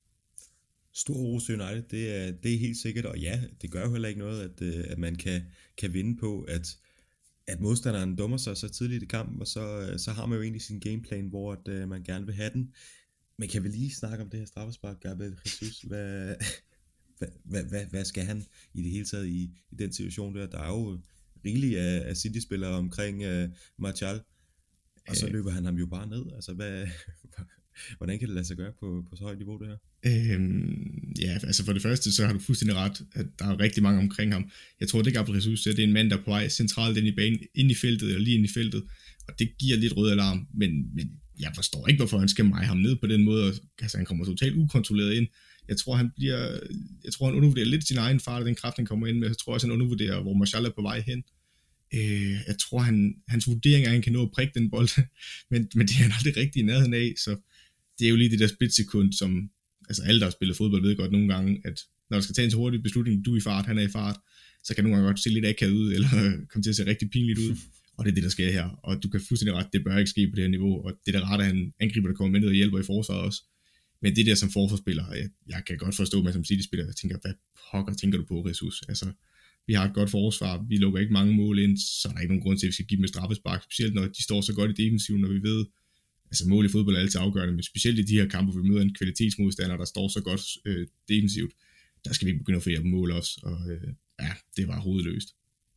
Stor rose til United, det er, det er helt sikkert, og ja, det gør jo heller ikke noget, at, at man kan, kan vinde på, at, at modstanderen dummer sig så tidligt i kampen, og så, så har man jo egentlig sin gameplan, hvor at, uh, man gerne vil have den. Men kan vi lige snakke om det her straffespark, Gabriel Jesus? Hvad, hvad, hvad, hvad, hvad skal han i det hele taget i, i den situation der? Der er jo rigeligt af, af City-spillere omkring uh, Martial, og så løber han ham jo bare ned. Altså, hvad, hvordan kan det lade sig gøre på, på så højt niveau, det her? Øhm, ja, altså for det første, så har du fuldstændig ret, at der er rigtig mange omkring ham. Jeg tror, det Gabriel Jesus, det er en mand, der er på vej centralt ind i banen, ind i feltet, eller lige ind i feltet, og det giver lidt rød alarm, men, men jeg forstår ikke, hvorfor han skal meje ham ned på den måde. Altså, han kommer totalt ukontrolleret ind. Jeg tror, han bliver, jeg tror, han undervurderer lidt sin egen fart, og den kraft, han kommer ind med. Jeg tror også, han undervurderer, hvor Martial er på vej hen. Øh, jeg tror, han, hans vurdering er, at han kan nå at prikke den bold, men, men det er han aldrig rigtig i nærheden af, så det er jo lige det der splitsekund, som altså alle, der har spillet fodbold, ved godt nogle gange, at når der skal tage en så hurtig beslutning, du er i fart, han er i fart, så kan nogle gange godt se lidt akavet ud, eller komme til at se rigtig pinligt ud, og det er det, der sker her, og du kan fuldstændig ret, det bør ikke ske på det her niveau, og det er da rart, at han angriber, der kommer med ned og hjælper i forsvaret også, men det der som forsvarsspiller, jeg, jeg kan godt forstå, at som City-spiller, jeg tænker, hvad pokker tænker du på, Jesus? Altså, vi har et godt forsvar, vi lukker ikke mange mål ind, så er der ikke nogen grund til, at vi skal give dem et straffespark, specielt når de står så godt i defensiven, når vi ved, altså mål i fodbold er altid afgørende, men specielt i de her kampe, hvor vi møder en kvalitetsmodstander, der står så godt øh, defensivt, der skal vi ikke begynde at få mål også, og øh, ja, det var hovedløst.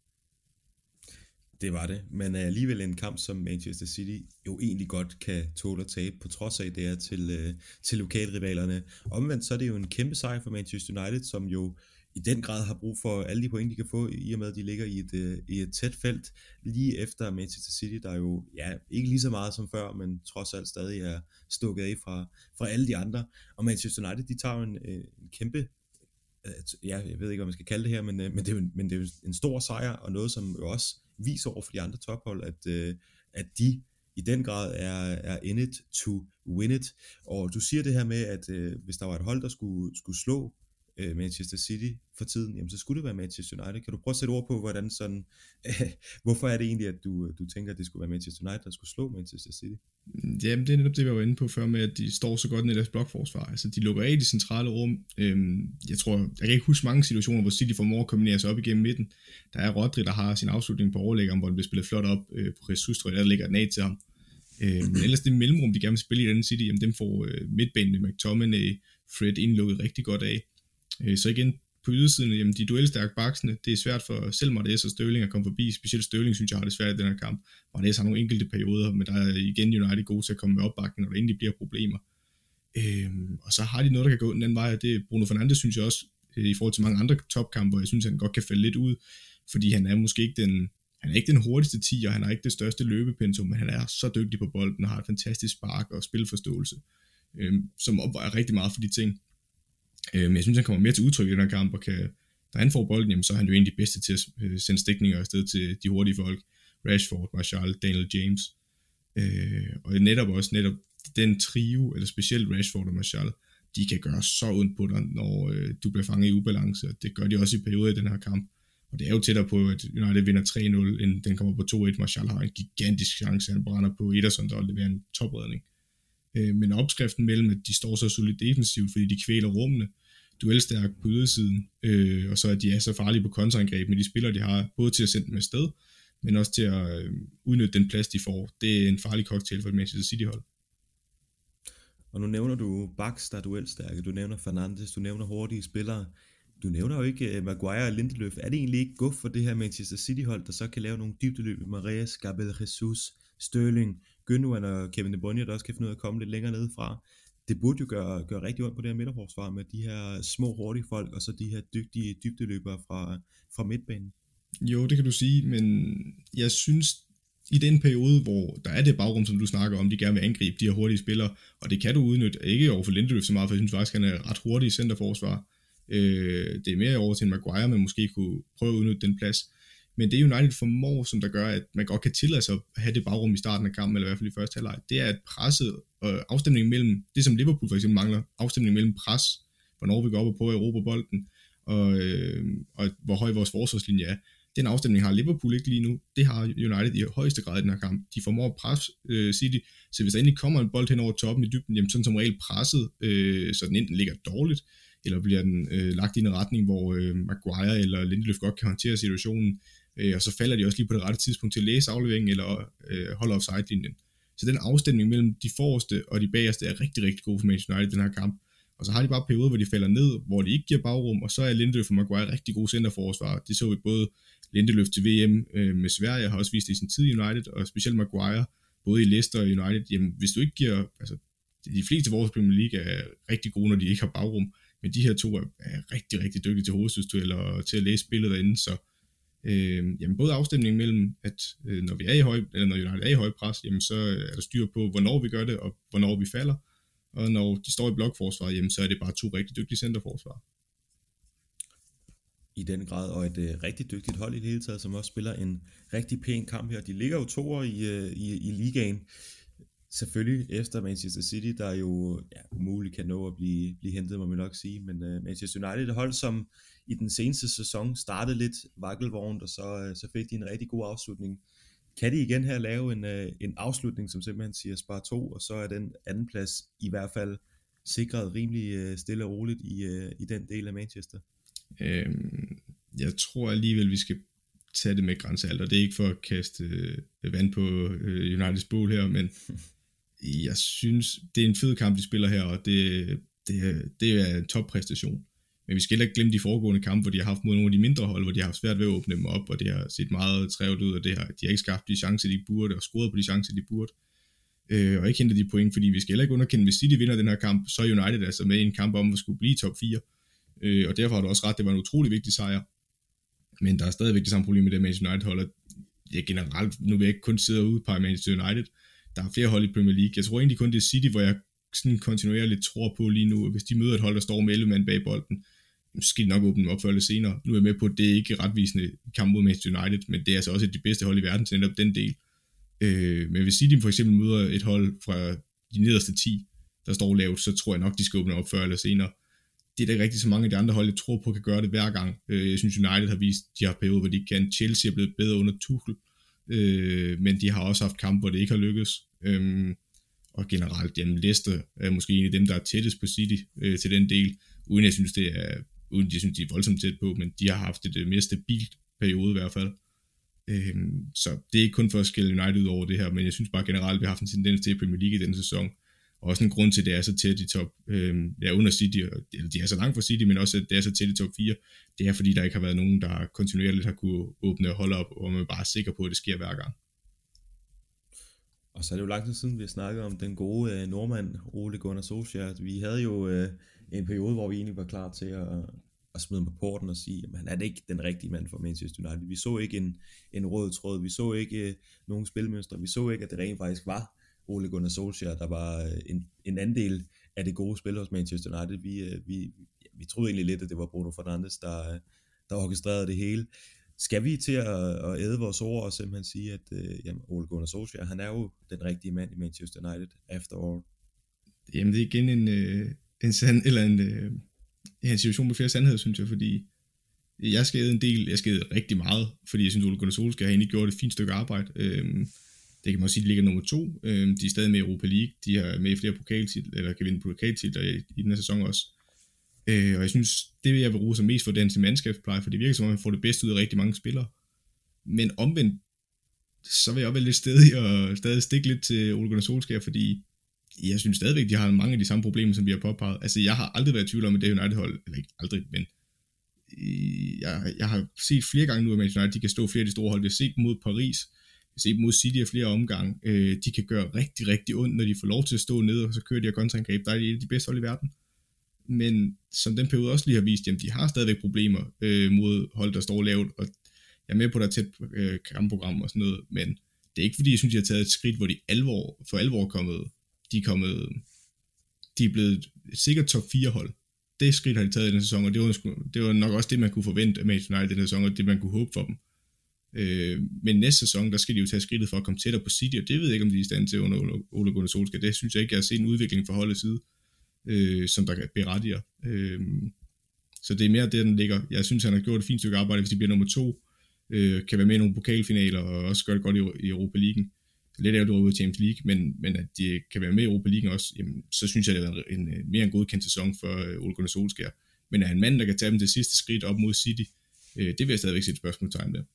Det var det, men alligevel en kamp, som Manchester City jo egentlig godt kan tåle at tabe, på trods af det er til, øh, til lokalrivalerne. Omvendt så er det jo en kæmpe sejr for Manchester United, som jo i den grad har brug for alle de point, de kan få, i og med at de ligger i et, øh, i et tæt felt, lige efter Manchester City, der jo ja, ikke lige så meget som før, men trods alt stadig er stukket af fra, fra alle de andre. Og Manchester United, de tager jo en, en kæmpe, ja, jeg ved ikke, hvad man skal kalde det her, men, men, det, er jo, men det er jo en stor sejr, og noget, som jo også viser over for de andre tophold, at, at de i den grad er, er in it to win it. Og du siger det her med, at hvis der var et hold, der skulle, skulle slå Manchester City for tiden, jamen så skulle det være Manchester United. Kan du prøve at sætte ord på, hvordan sådan, øh, hvorfor er det egentlig, at du, du tænker, at det skulle være Manchester United, der skulle slå Manchester City? Jamen det er netop det, vi var inde på før med, at de står så godt ned i deres blokforsvar. Altså de lukker af i de centrale rum. Øhm, jeg tror, jeg kan ikke huske mange situationer, hvor City formår at kombinere sig op igennem midten. Der er Rodri, der har sin afslutning på overlæggeren, hvor den bliver spillet flot op øh, på Jesus, tror jeg, der ligger den af til ham. Øh, men ellers det mellemrum, de gerne vil spille i den City, jamen dem får øh, midtbanen med McTominay, Fred indlukket rigtig godt af. Så igen, på ydersiden, jamen de duelstærke baksene, det er svært for selv Martinez og Sterling at komme forbi. Specielt Sterling, synes jeg, har det svært i den her kamp. Martinez har nogle enkelte perioder, men der er igen United gode til at komme med opbakning, når der endelig bliver problemer. Øhm, og så har de noget, der kan gå den anden vej, og det er Bruno Fernandes, synes jeg også, i forhold til mange andre topkampe, hvor jeg synes, han godt kan falde lidt ud, fordi han er måske ikke den, han er ikke den hurtigste tier, han har ikke det største løbepensum, men han er så dygtig på bolden, og har et fantastisk spark og spilforståelse, øhm, som opvejer rigtig meget for de ting. Men jeg synes, han kommer mere til udtryk i den her kamp, og kan, når han får bolden, jamen, så er han jo egentlig bedste til at sende stikninger afsted til de hurtige folk. Rashford, Martial, Daniel James. Øh, og netop også netop den trio, eller specielt Rashford og Martial, de kan gøre så ondt på dig, når øh, du bliver fanget i ubalance. Det gør de også i perioder i den her kamp. Og det er jo tættere på, at United vinder tre nul, end den kommer på to et. Martial har en gigantisk chance, han brænder på Ederson, der leverer en topredning. Men opskriften mellem, at de står så solidt defensivt, fordi de kvæler rummene, duelstærk på ydersiden, øh, og så at de er så farlige på kontraangreb med de spillere, de har, både til at sende dem afsted, men også til at øh, udnytte den plads, de får. Det er en farlig cocktail for et Manchester City-hold. Og nu nævner du backs, der er duelstærke, du nævner Fernandes, du nævner hurtige spillere, du nævner jo ikke uh, Maguire og Lindeløf. Er det egentlig ikke guf for det her Manchester City-hold, der så kan lave nogle dybdeløb med Mahrez, Gabriel Jesus, Sterling, Gündogan og Kevin De Bruyne, der også kan finde ud af at komme lidt længere ned fra? Det burde jo gøre, gøre rigtig ondt på det her midterforsvar med de her små hurtige folk, og så de her dygtige dybdeløbere fra, fra midtbanen. Jo, det kan du sige, men jeg synes, i den periode, hvor der er det bagrum, som du snakker om, de gerne vil angribe de her hurtige spillere, og det kan du udnytte, ikke over for Lindeløf så meget, for jeg synes faktisk, han er ret hurtig i centerforsvar. Øh, det er mere over til en Maguire, man måske kunne prøve at udnytte den plads. Men det United formår, som der gør, at man godt kan tillade sig at have det bagrum i starten af kampen, eller i hvert fald i første halvleg, det er at presset og afstemningen mellem, det som Liverpool for eksempel mangler, afstemningen mellem pres, hvornår vi går op og på at erobre bolden, og, øh, og hvor høj vores forsvarslinje er. Den afstemning har Liverpool ikke lige nu. Det har United i højeste grad i den her kamp. De formår at presse øh, City, så hvis der endelig kommer en bold hen over toppen i dybden, jamen sådan som regel presset, øh, så den enten ligger dårligt, eller bliver den øh, lagt i en retning, hvor øh, Maguire eller Lindeløf godt kan håndtere situationen, øh, og så falder de også lige på det rette tidspunkt til at læse afleveringen, eller øh, holde offside-linjen. Så den afstemning mellem de forreste og de bagerste er rigtig, rigtig god for Manchester United i den her kamp. Og så har de bare perioder, hvor de falder ned, hvor de ikke giver bagrum, og så er Lindeløf og Maguire rigtig gode centerforsvar. Det så vi både Lindeløf til V M øh, med Sverige, har også vist det i sin tid i United, og specielt Maguire, både i Leicester og United. Jamen, hvis du ikke giver, altså, de fleste af vores Premier League er rigtig gode, når de ikke har bagrum, men de her to er, er rigtig, rigtig dygtige til hovedstødstueller og til at læse spillet derinde, så øh, jamen, både afstemningen mellem, at øh, når vi er i høj, eller når United er i høj pres, jamen, så er der styr på, hvornår vi gør det, og hvornår vi falder. Og når de står i blokforsvar, jamen, så er det bare to rigtig dygtige centerforsvar. I den grad, og et øh, rigtig dygtigt hold i det hele taget, som også spiller en rigtig pæn kamp her. De ligger jo toer i, øh, i, i ligaen. Selvfølgelig efter Manchester City, der jo ja, umuligt kan nå at blive, blive hentet, må man nok sige. Men øh, Manchester United er et hold, som i den seneste sæson startede lidt vakkelvognt, og så, øh, så fik de en rigtig god afslutning. Kan de igen her lave en, øh, en afslutning, som simpelthen siger spar to, og så er den anden plads i hvert fald sikret rimelig øh, stille og roligt i, øh, i den del af Manchester? Øhm, jeg tror alligevel, vi skal tage det med grænsealder. Det er ikke for at kaste øh, vand på øh, Uniteds bål her, men jeg synes, det er en fed kamp, de spiller her, og det, det, det er en toppræstation. Men vi skal heller ikke glemme de foregående kampe, hvor de har haft mod nogle af de mindre hold, hvor de har haft svært ved at åbne dem op, og det har set meget trævligt ud, og det har, de har ikke skabt de chancer, de burde, og scoret på de chancer, de burde, øh, og ikke hentet de point, fordi vi skal heller ikke underkende, hvis City vinder den her kamp, så er United altså med i en kamp om at skulle blive top fire, øh, og derfor har du også ret, det var en utrolig vigtig sejr, men der er stadigvæk det samme problem med det Manchester United holder. Ja, generelt, nu vil jeg ikke kun sidde og udpege Manchester United, der er flere hold i Premier League, jeg tror egentlig kun det er City, hvor jeg sådan kontinuerligt tror på lige nu, hvis de møder et hold, der står med elleve mand bag bolden, så skal de nok åbne dem op før eller senere. Nu er jeg med på, at det er ikke retvisende kamp mod Manchester United, men det er altså også et af de bedste hold i verden til netop den del. Øh, men hvis City for eksempel møder et hold fra de nederste ti, der står lavt, så tror jeg nok, de skal åbne op før eller senere. Det er da ikke rigtig så mange af de andre hold, jeg tror på, kan gøre det hver gang. Øh, jeg synes, United har vist, de har perioder, hvor de kan. Chelsea er blevet bedre under Tuchel, øh, men de har også haft kampe, hvor det ikke har lykkes. Øh, og generelt, jamen Leicester er måske en af dem, der er tættest på City øh, til den del, uden jeg synes, det er, uden jeg synes, de er voldsomt tæt på, men de har haft et mere stabilt periode i hvert fald. Øh, så det er ikke kun for at skille United ud over det her, men jeg synes bare generelt, vi har haft en tendens til i Premier League i denne sæson, og også en grund til, at det er så tæt i top, øh, ja, under City, eller de er så langt fra City, men også, at det er så tæt i top fire, det er fordi, der ikke har været nogen, der kontinuerligt har kunne åbne og holde op, og man er bare sikker på, at det sker hver gang. Og så er det jo lang tid siden, vi har snakket om den gode øh, nordmand, Ole Gunnar Solskjaer. Vi havde jo øh, en periode, hvor vi egentlig var klar til at, at smide ham på porten og sige, at han er ikke den rigtige mand for Manchester United. Vi så ikke en, en rød tråd, vi så ikke øh, nogen spilmønstre, vi så ikke, at det rent faktisk var Ole Gunnar Solskjaer, der var øh, en, en anden del af det gode spil hos Manchester United. Vi, øh, vi, vi troede egentlig lidt, at det var Bruno Fernandes, der, der orkestrerede det hele. Skal vi til at, at æde vores ord og simpelthen sige, at øh, jamen, Ole Gunnar Solskjaer, han er jo den rigtige mand i Manchester United after all? Jamen det er igen en, øh, en, sand, eller en, øh, en situation med flere sandheder, synes jeg, fordi jeg skal æde en del, jeg skal æde rigtig meget, fordi jeg synes, Ole Gunnar Solskjaer har egentlig gjort et fint stykke arbejde. Øhm, det kan man sige, de ligger nummer to. Øhm, de er stadig med i Europa League, de har med i flere pokaltitler, eller kan vinde pokaltitler i, i den her sæson også. Øh, og jeg synes, det vil jeg vil bruge sig mest for den til mandskabspleje, for det virker som om, man får det bedste ud af rigtig mange spillere. Men omvendt, så vil jeg også være lidt stedig og stadig stikke lidt til Ole Gunnar Solskjaer, fordi jeg synes stadigvæk, de har mange af de samme problemer, som vi har påpeget. Altså, jeg har aldrig været i tvivl om, at det United-hold, eller ikke aldrig, men jeg, jeg har set flere gange nu, at Manchester United, de kan stå flere af de store hold. Vi har set dem mod Paris, vi har set dem mod City af flere omgange. Øh, de kan gøre rigtig, rigtig ondt, når de får lov til at stå nede, og så kører de her kontraangreb. Der er de, de bedste hold i verden. Men som den periode også lige har vist, jamen de har stadigvæk problemer øh, mod hold, der står lavt, og jeg er med på, at der er tæt øh, kampprogram og sådan noget, men det er ikke fordi, jeg synes, de har taget et skridt, hvor de alvor, for alvor er kommet, de er kommet, de er blevet sikkert top fire hold. Det skridt har de taget i den sæson, og det var, det var nok også det, man kunne forvente af Manchester United i den sæson, og det man kunne håbe for dem. Øh, men næste sæson, der skal de jo tage skridtet for at komme tættere på City, og det ved jeg ikke, om de er i stand til under Ole Gunnar Solskjaer. Det synes jeg ikke, jeg har set en udvikling fra holdets side, øh, som der berettiger. Øh, så det er mere det, den ligger. Jeg synes, han har gjort et fint stykke arbejde, hvis de bliver nummer to, øh, kan være med i nogle pokalfinaler, og også gøre det godt i, i Europa League. Lidt af det ud af Champions League, men, men at de kan være med i Europa League også, jamen, så synes jeg, det er en, en mere en godkendt sæson for øh, Ole Gunnar Solskjaer. Men er en mand, der kan tage dem til sidste skridt op mod City, øh, det vil jeg stadigvæk sætte spørgsmålstegn der.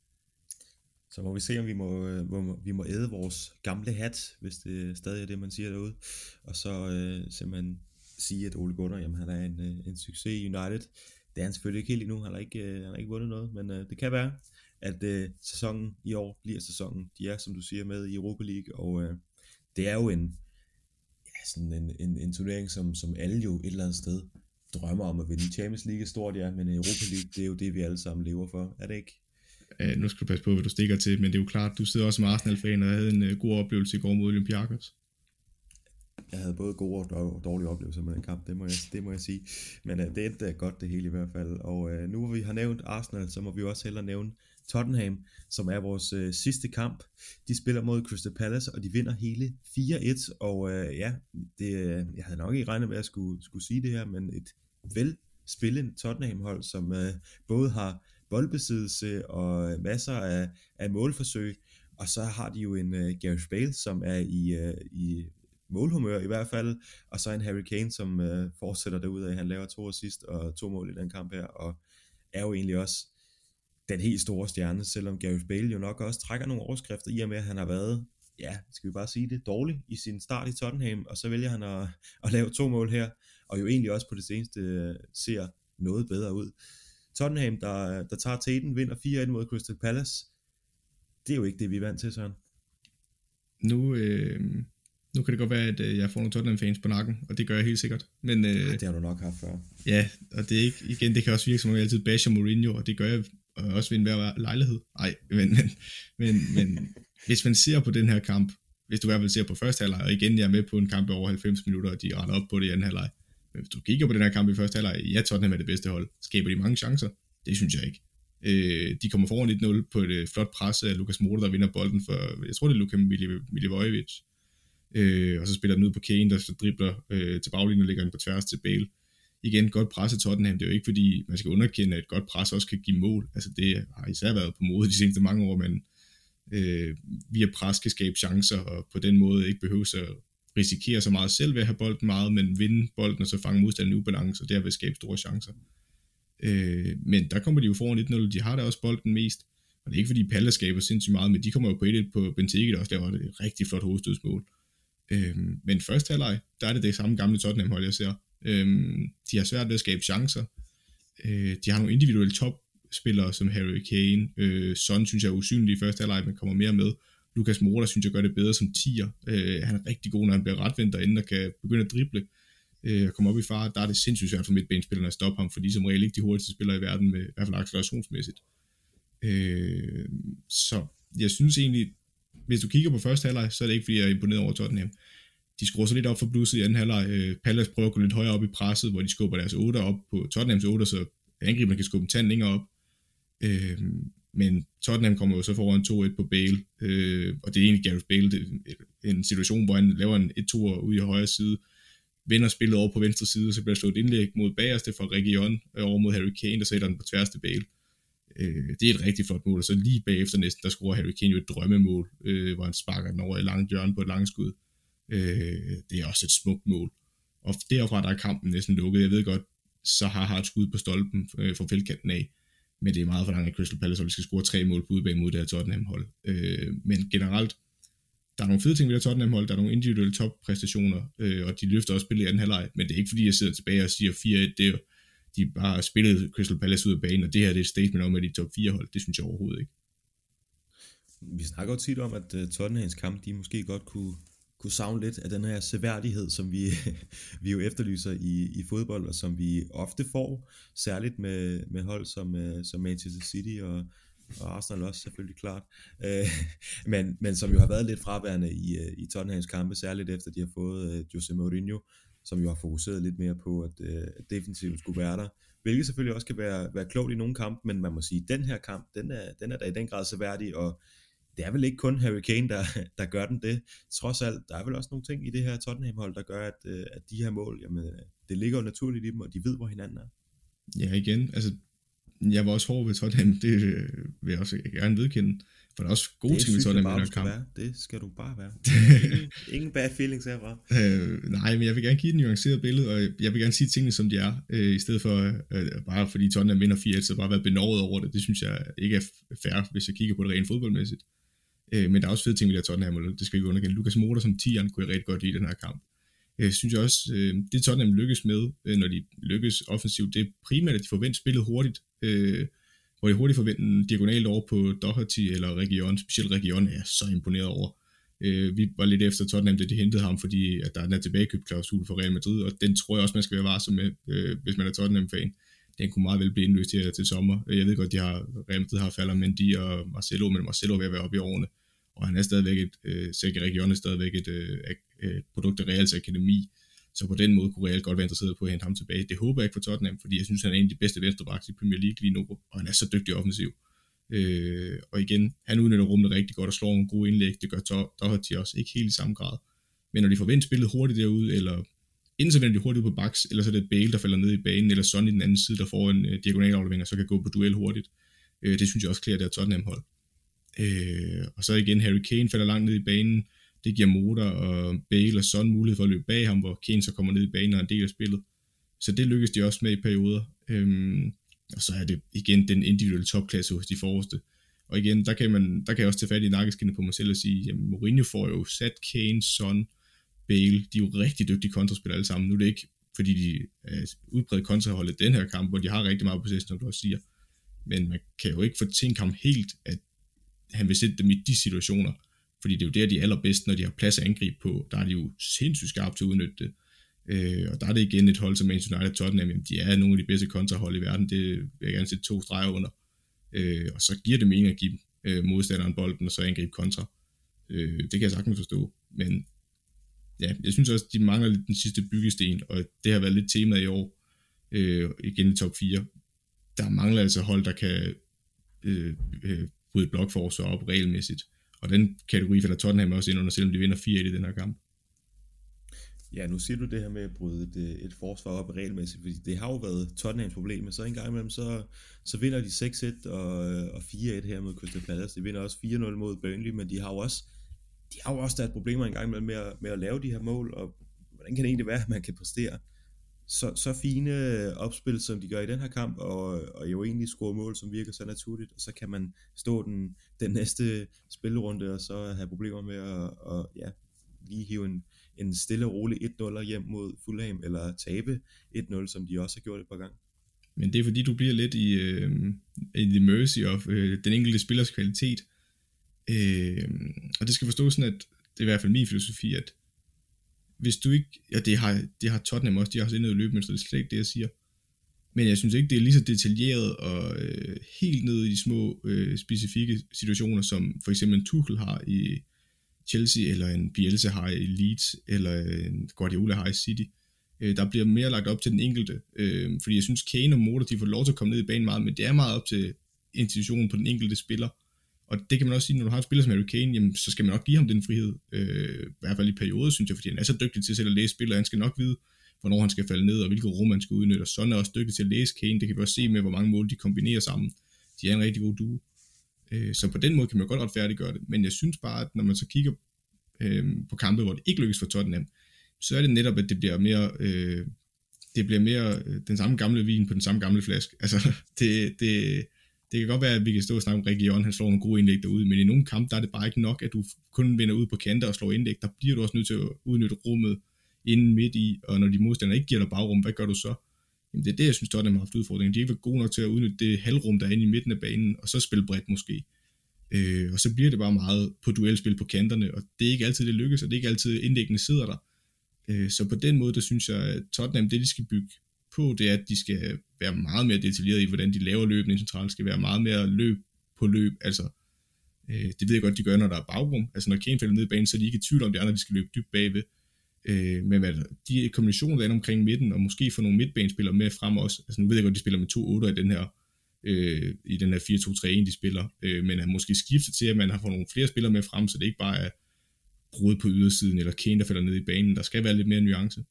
Så må vi se, om vi må, øh, vi må æde vores gamle hat, hvis det stadig er det, man siger derude. Og så øh, simpelthen sige, at Ole Gunnar, jamen, han er en, en succes i United. Det er han selvfølgelig ikke helt endnu, han har ikke, øh, han har ikke vundet noget, men øh, det kan være, at øh, sæsonen i år bliver sæsonen. De er, som du siger, med i Europa League, og øh, det er jo en, ja, sådan en, en, en turnering, som, som alle jo et eller andet sted drømmer om at vinde. Champions League er stort, ja, men Europa League, det er jo det, vi alle sammen lever for. Er det ikke? Uh, nu skal du passe på, hvad du stikker til, men det er jo klart, du sidder også som Arsenal-fan, og havde en uh, god oplevelse i går mod Olympiakos. Jeg havde både gode og dårlige oplevelser med den kamp, det må jeg, det må jeg sige. Men uh, det endte godt det hele i hvert fald. Og uh, nu hvor vi har nævnt Arsenal, så må vi også hellere nævne Tottenham, som er vores uh, sidste kamp. De spiller mod Crystal Palace, og de vinder hele fire et. Og uh, ja, det, uh, jeg havde nok ikke regnet med, at jeg skulle, skulle sige det her, men et velspillende Tottenham-hold, som uh, både har boldbesiddelse og masser af, af målforsøg, og så har de jo en uh, Gareth Bale, som er i, uh, i målhumør i hvert fald, og så en Harry Kane, som uh, fortsætter derudad. Han laver to assist og to mål i den kamp her, og er jo egentlig også den helt store stjerne, selvom Gareth Bale jo nok også trækker nogle overskrifter, i og med at han har været, ja, skal vi bare sige det, dårlig i sin start i Tottenham, og så vælger han at, at lave to mål her, og jo egentlig også på det seneste uh, ser noget bedre ud. Tottenham, der, der tager teten, vinder fire et mod Crystal Palace. Det er jo ikke det, vi er vant til, Søren. Nu, øh, nu kan det godt være, at jeg får nogle Tottenham-fans på nakken, og det gør jeg helt sikkert. Men, øh, det har du nok haft før. Ja, og det er ikke, igen, det kan også virke som om, jeg altid basher Mourinho, og det gør jeg også ved enhver lejlighed. Nej, men, men, men, men hvis man ser på den her kamp, hvis du i hvert fald ser på første halvleg, og igen, jeg er med på en kamp over halvfems minutter, og de retter op på det i anden halvleg. Men hvis du kigger på den her kamp i første halvleg, ja, Tottenham er det bedste hold. Skaber de mange chancer? Det synes jeg ikke. Øh, de kommer foran et nul på et øh, flot pres af Lukas Moura, der vinder bolden for, jeg tror det er Luka Milivojevic. Øh, og så spiller den ud på Kane, der så dribler øh, til baglinjen og lægger den på tværs til Bale. Igen, godt pres af Tottenham. Det er jo ikke fordi, man skal underkende, at et godt pres også kan give mål. Altså det har især været på mode de seneste mange år, men øh, via pres kan skabe chancer, og på den måde ikke behøver at risikere så meget selv ved at have bolden meget, men vinde bolden og så fange modstanden i ubalance, og derved skabe store chancer. Øh, men der kommer de jo foran et nul, de har da også bolden mest, og det er ikke fordi Palace skaber sindssygt meget, men de kommer jo på et et på Benteke, der også laver et rigtig flot hovedstødsmål. Øh, men første halvleg, der er det det samme gamle Tottenham-hold, jeg ser. Øh, de har svært ved at skabe chancer. Øh, de har nogle individuelle topspillere som Harry Kane. Øh, Son synes jeg er usynlig i første halvleg, men kommer mere med. Lukas Moura synes jeg gør det bedre som tier. Øh, han er rigtig god, når han bliver retvendt derinde og kan begynde at drible øh, og komme op i fart. Der er det sindssygt svært for midtbanespillerne at stoppe ham, fordi som regel ikke de hurtigste spillere i verden, med, i hvert fald accelerationsmæssigt. Øh, så jeg synes egentlig, hvis du kigger på første halvleg, så er det ikke fordi jeg er imponeret over Tottenham. De skruer sig lidt op for blusset i anden halvleg. Øh, Palace prøver at gå lidt højere op i presset, hvor de skubber deres otter op på Tottenhams otter, så angriberne kan skubbe en tand længere op. Øh, men Tottenham kommer jo så foran to et på Bale, øh, og det er egentlig Gareth Bale, det er en situation, hvor han laver en et to ude i højre side, vender spillet over på venstre side, så bliver der slået et indlæg mod bagerste fra Region over mod Harry Kane, der sætter den på tværs til Bale. Øh, det er et rigtig flot mål, og så lige bagefter næsten, der scorer Harry Kane jo et drømmemål, øh, hvor han sparker den over i langt hjørne på et langskud. Øh, det er også et smukt mål, og derfra der er kampen næsten lukket. Jeg ved godt, så har et skud på stolpen øh, fra feltkanten af, men det er meget for langt, at Crystal Palace hold skal score tre mål på udebane mod det her Tottenham-hold. Øh, men generelt, der er nogle fede ting ved det her Tottenham-hold, der er nogle individuelle toppræstationer, øh, og de løfter også spillet i anden halvleg, men det er ikke fordi, jeg sidder tilbage og siger fire et, det er, de bare har spillet Crystal Palace ud af banen, og det her det er et statement om, at de top fire hold, det synes jeg overhovedet ikke. Vi snakker jo tit om, at uh, Tottenhams kamp, de måske godt kunne, kunne savne lidt af den her seværdighed, som vi, vi jo efterlyser i, i fodbold, og som vi ofte får, særligt med, med hold som, uh, som Manchester City og, og Arsenal også selvfølgelig klart, uh, men, men som jo har været lidt fraværende i, uh, i Tottenhams kampe, særligt efter de har fået uh, Jose Mourinho, som jo har fokuseret lidt mere på, at uh, defensiven skulle være der, hvilket selvfølgelig også kan være, være klogt i nogle kampe, men man må sige, at den her kamp, den er, den er da i den grad seværdig, og det er vel ikke kun Harry Kane, der, der gør den det. Trods alt, der er vel også nogle ting i det her Tottenham-hold, der gør, at, at de her mål, jamen, det ligger jo naturligt i dem, og de ved, hvor hinanden er. Ja, igen, altså, jeg var også hård ved Tottenham, det vil jeg også gerne vedkende, for der er også gode ting ved Tottenham i den her kamp. Være. Det skal du bare være. Ingen, ingen bad feelings herfra. Øh, nej, men jeg vil gerne give et nuanceret billede, og jeg vil gerne sige tingene, som de er, øh, i stedet for, øh, bare fordi Tottenham vinder fire et, så bare være benovet over det. Det synes jeg ikke er fair, hvis jeg kigger på det rent fodboldmæssigt. Øh, men der er også fede ting ved det her Tottenham, det skal vi ikke underkende. Lukas Moura som tieren kunne jeg rigtig godt lide den her kamp. Jeg synes også, øh, det Tottenham lykkes med, øh, når de lykkes offensivt, det er primært, at de forventer spillet hurtigt, øh, hvor de hurtigt forventer en diagonalt over på Doherty eller Region, specielt Region er jeg så imponeret over. Øh, vi var lidt efter Tottenham, da de hentede ham, fordi at der er den her tilbagekøbsklausul for Real Madrid, og den tror jeg også, man skal være varsom med, øh, hvis man er Tottenham-fan. Den kunne meget vel blive indløst her til sommer. Jeg ved godt, de har, Real Madrid har Falder Mendy og Marcelo, men Marcelo er ved at være oppe i årene, og han er stadigvæk et, øh, Sergio Region er stadigvæk et øh, øh, produkt af Reals akademi, så på den måde kunne Real godt være interesseret på at hente ham tilbage. Det håber jeg ikke for Tottenham, fordi jeg synes, han er en af de bedste venstrebacks i Premier League lige nu, og han er så dygtig offensiv. Øh, og igen, han udnytter rummet rigtig godt og slår nogle gode indlæg, det gør Doherty også, ikke helt i samme grad. Men når de får vendt spillet hurtigt derude, eller inden så vender de hurtigt ud på baks, eller så er det Bale, der falder ned i banen, eller Son i den anden side, der får en uh, diagonalaflevering, og så kan gå på duel hurtigt. Øh, det synes jeg også klæder det her Tottenham-hold. Øh, og så igen, Harry Kane falder langt ned i banen, det giver Moura og Bale og Son mulighed for at løbe bag ham, hvor Kane så kommer ned i banen og er en del af spillet. Så det lykkes de også med i perioder. Øhm, og så er det igen den individuelle topklasse hos de forreste. Og igen, der kan, man, der kan jeg også tage fat i nakkeskinnet på mig selv og sige, jamen Mourinho får jo sat Kane, Son, Bale, de er jo rigtig dygtige kontraspillere alle sammen. Nu er det ikke fordi de er udbredt kontraholdet den her kamp, hvor de har rigtig meget possession, som du også siger. Men man kan jo ikke fortænke ham helt, at han vil sætte dem i de situationer, fordi det er jo der, de er allerbedst, når de har plads at angribe på. Der er de jo sindssygt skarpt til at udnytte det. Øh, og der er det igen et hold som Manchester United og Tottenham, jamen, de er nogle af de bedste kontrahold i verden, det vil jeg gerne sætte to streger under. Øh, og så giver det mening at give øh, modstanderen bolden, og så angribe kontra. Øh, det kan jeg sagtens forstå, men ja, jeg synes også, de mangler lidt den sidste byggesten, og det har været lidt temaet i år, øh, igen i top fire. Der mangler altså hold, der kan øh, øh, bryde blokforsvar op regelmæssigt, og den kategori falder Tottenham også ind under, selvom de vinder fire et i den her kamp. Ja, nu siger du det her med at bryde et, et forsvar op regelmæssigt, fordi det har jo været Tottenhams problem, så en gang imellem, så, så vinder de seks et og, og fire et her mod Crystal Palace. De vinder også fire nul mod Burnley, men de har jo også, de har jo også deres problemer en gang imellem med at, med at lave de her mål, og hvordan kan det egentlig være, at man kan præstere så, så fine opspil, som de gør i den her kamp, og, og jo egentlig score mål, som virker så naturligt, og så kan man stå den, den næste spillerunde, og så have problemer med at og, ja, lige hive en en stille og rolig et nul hjem mod Fulham, eller tabe et nul, som de også har gjort et par gange. Men det er fordi, du bliver lidt i, øh, i the mercy of øh, den enkelte spillers kvalitet. Øh, og det skal forstås sådan, at det er i hvert fald min filosofi, at hvis du ikke, ja det har, det har Tottenham også, de har også indet i løbemønster, det er slet ikke det, jeg siger. Men jeg synes ikke, det er lige så detaljeret og øh, helt ned i de små øh, specifikke situationer, som for eksempel en Tuchel har i Chelsea, eller en Bielsa har i Leeds, eller en Guardiola har i City. Øh, der bliver mere lagt op til den enkelte, øh, fordi jeg synes, Kane og Moder, de får lov til at komme ned i banen meget, men det er meget op til institutionen på den enkelte spiller. Og det kan man også sige, når du har en spiller som Harry Kane, jamen, så skal man nok give ham den frihed, øh, i hvert fald i perioder, synes jeg, fordi han er så dygtig til selv at læse spiller, han skal nok vide, hvornår han skal falde ned, og hvilket rum han skal udnytte, og sådan er også dygtig til at læse Kane, det kan vi også se med, hvor mange mål de kombinerer sammen. De er en rigtig god duo. Så på den måde kan man godt retfærdiggøre det, men jeg synes bare, at når man så kigger øh, på kampe, hvor det ikke lykkes for Tottenham, så er det netop, at det bliver mere, øh, det bliver mere den samme gamle vin på den samme gamle flaske. Altså, det, det, det kan godt være, at vi kan stå og snakke om Region, han slår nogle gode indlæg derude, men i nogle kampe, der er det bare ikke nok, at du kun vinder ud på kanter og slår indlæg. Der bliver du også nødt til at udnytte rummet inden midt i, og når de modstandere ikke giver dig bagrum, hvad gør du så? Jamen det er det, jeg synes, Tottenham har haft udfordringen. De er ikke gode nok til at udnytte det halvrum, der er inde i midten af banen, og så spille bredt måske. Øh, og så bliver det bare meget på duelspil på kanterne, og det er ikke altid, det lykkes, og det er ikke altid, indlæggene sidder der. Øh, så på den måde, der synes jeg, at Tottenham, det de skal bygge på, det er, at de skal være meget mere detaljeret i, hvordan de laver løbene centralt, skal være meget mere løb på løb, altså øh, det ved jeg godt, de gør, når der er bagrum, altså når Kane falder ned i banen, så er de ikke i tvivl om, de andre, de skal løbe dybt bagved. Øh, men hvad, de kombinationer, der er omkring midten, og måske få nogle midtbanespillere med frem også, altså nu ved jeg godt, de spiller med to otter i den her, øh, i den her fire to tre en, de spiller, øh, men han måske skiftet til, at man har fået nogle flere spillere med frem, så det ikke bare er brud på ydersiden, eller Kane, der falder ned i banen, der skal være lidt mere nuance.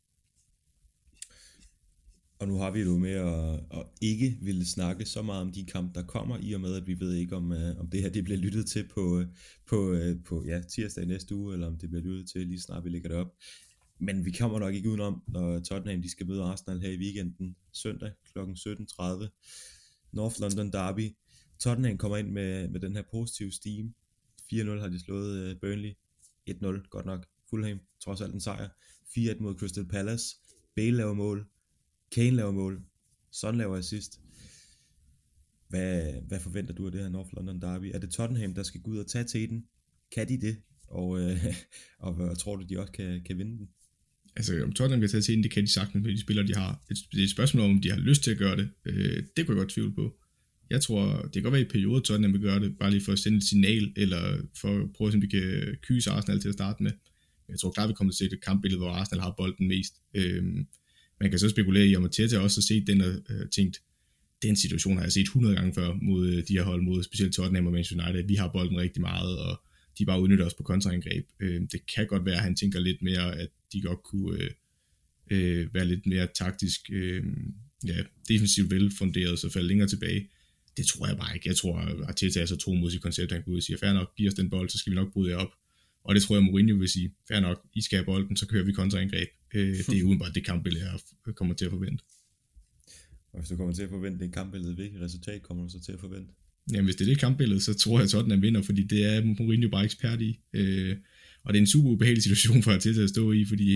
Og nu har vi jo med at, at ikke ville snakke så meget om de kampe, der kommer, i og med, at vi ved ikke, om, uh, om det her det bliver lyttet til på, på, uh, på ja, tirsdag næste uge, eller om det bliver lyttet til lige snart vi lægger det op. Men vi kommer nok ikke udenom, når Tottenham de skal møde Arsenal her i weekenden, søndag klokken sytten tredive. North London Derby. Tottenham kommer ind med, med den her positive steam. fire nul har de slået uh, Burnley. et nul, godt nok. Fulham, trods alt en sejr. fire et mod Crystal Palace. Bale laver mål. Kane laver mål. Son laver assist. Hvad, hvad forventer du af det her North London Derby? Er det Tottenham, der skal gå ud og tage teten? Kan de det? Og, øh, og, og tror du, de også kan, kan vinde den? Altså, om Tottenham kan tage teten, det kan de sagtens med de spillere, de har. Det er et spørgsmål om, de har lyst til at gøre det. Øh, det kunne jeg godt tvivle på. Jeg tror, det kan godt være i perioder, Tottenham vil gøre det, bare lige for at sende et signal, eller for at prøve at se, om de kan kyse Arsenal til at starte med. Jeg tror klart, vi kommer til at se et kampbillede, hvor Arsenal har bolden mest. Øh, Man kan så spekulere i, om Arteta også har set den og øh, tænkt, den situation har jeg set hundrede gange før mod øh, de her hold, mod specielt Tottenham og Manchester United. Vi har bolden rigtig meget, og de bare udnytter os på kontraangreb. Øh, det kan godt være, at han tænker lidt mere, at de godt kunne øh, øh, være lidt mere taktisk, øh, ja, defensivt velfunderet, så falde længere tilbage. Det tror jeg bare ikke. Jeg tror, at Arteta er så tro mod sit koncept, han går ud og siger, fair nok, giv os den bold, så skal vi nok bryde jer op. Og det tror jeg, Mourinho vil sige, fair nok, I skal have bolden, så kører vi kontraangreb. Øh, det er udenbart det kampbillede, jeg kommer til at forvente. Og hvis du kommer til at forvente det kampbillede, hvilket resultat kommer du så til at forvente? Jamen hvis det er det kampbillede, så tror jeg, at Tottenham vinder, fordi det er Mourinho bare ekspert i. Øh, og det er en super ubehagelig situation for Arteta at stå i, fordi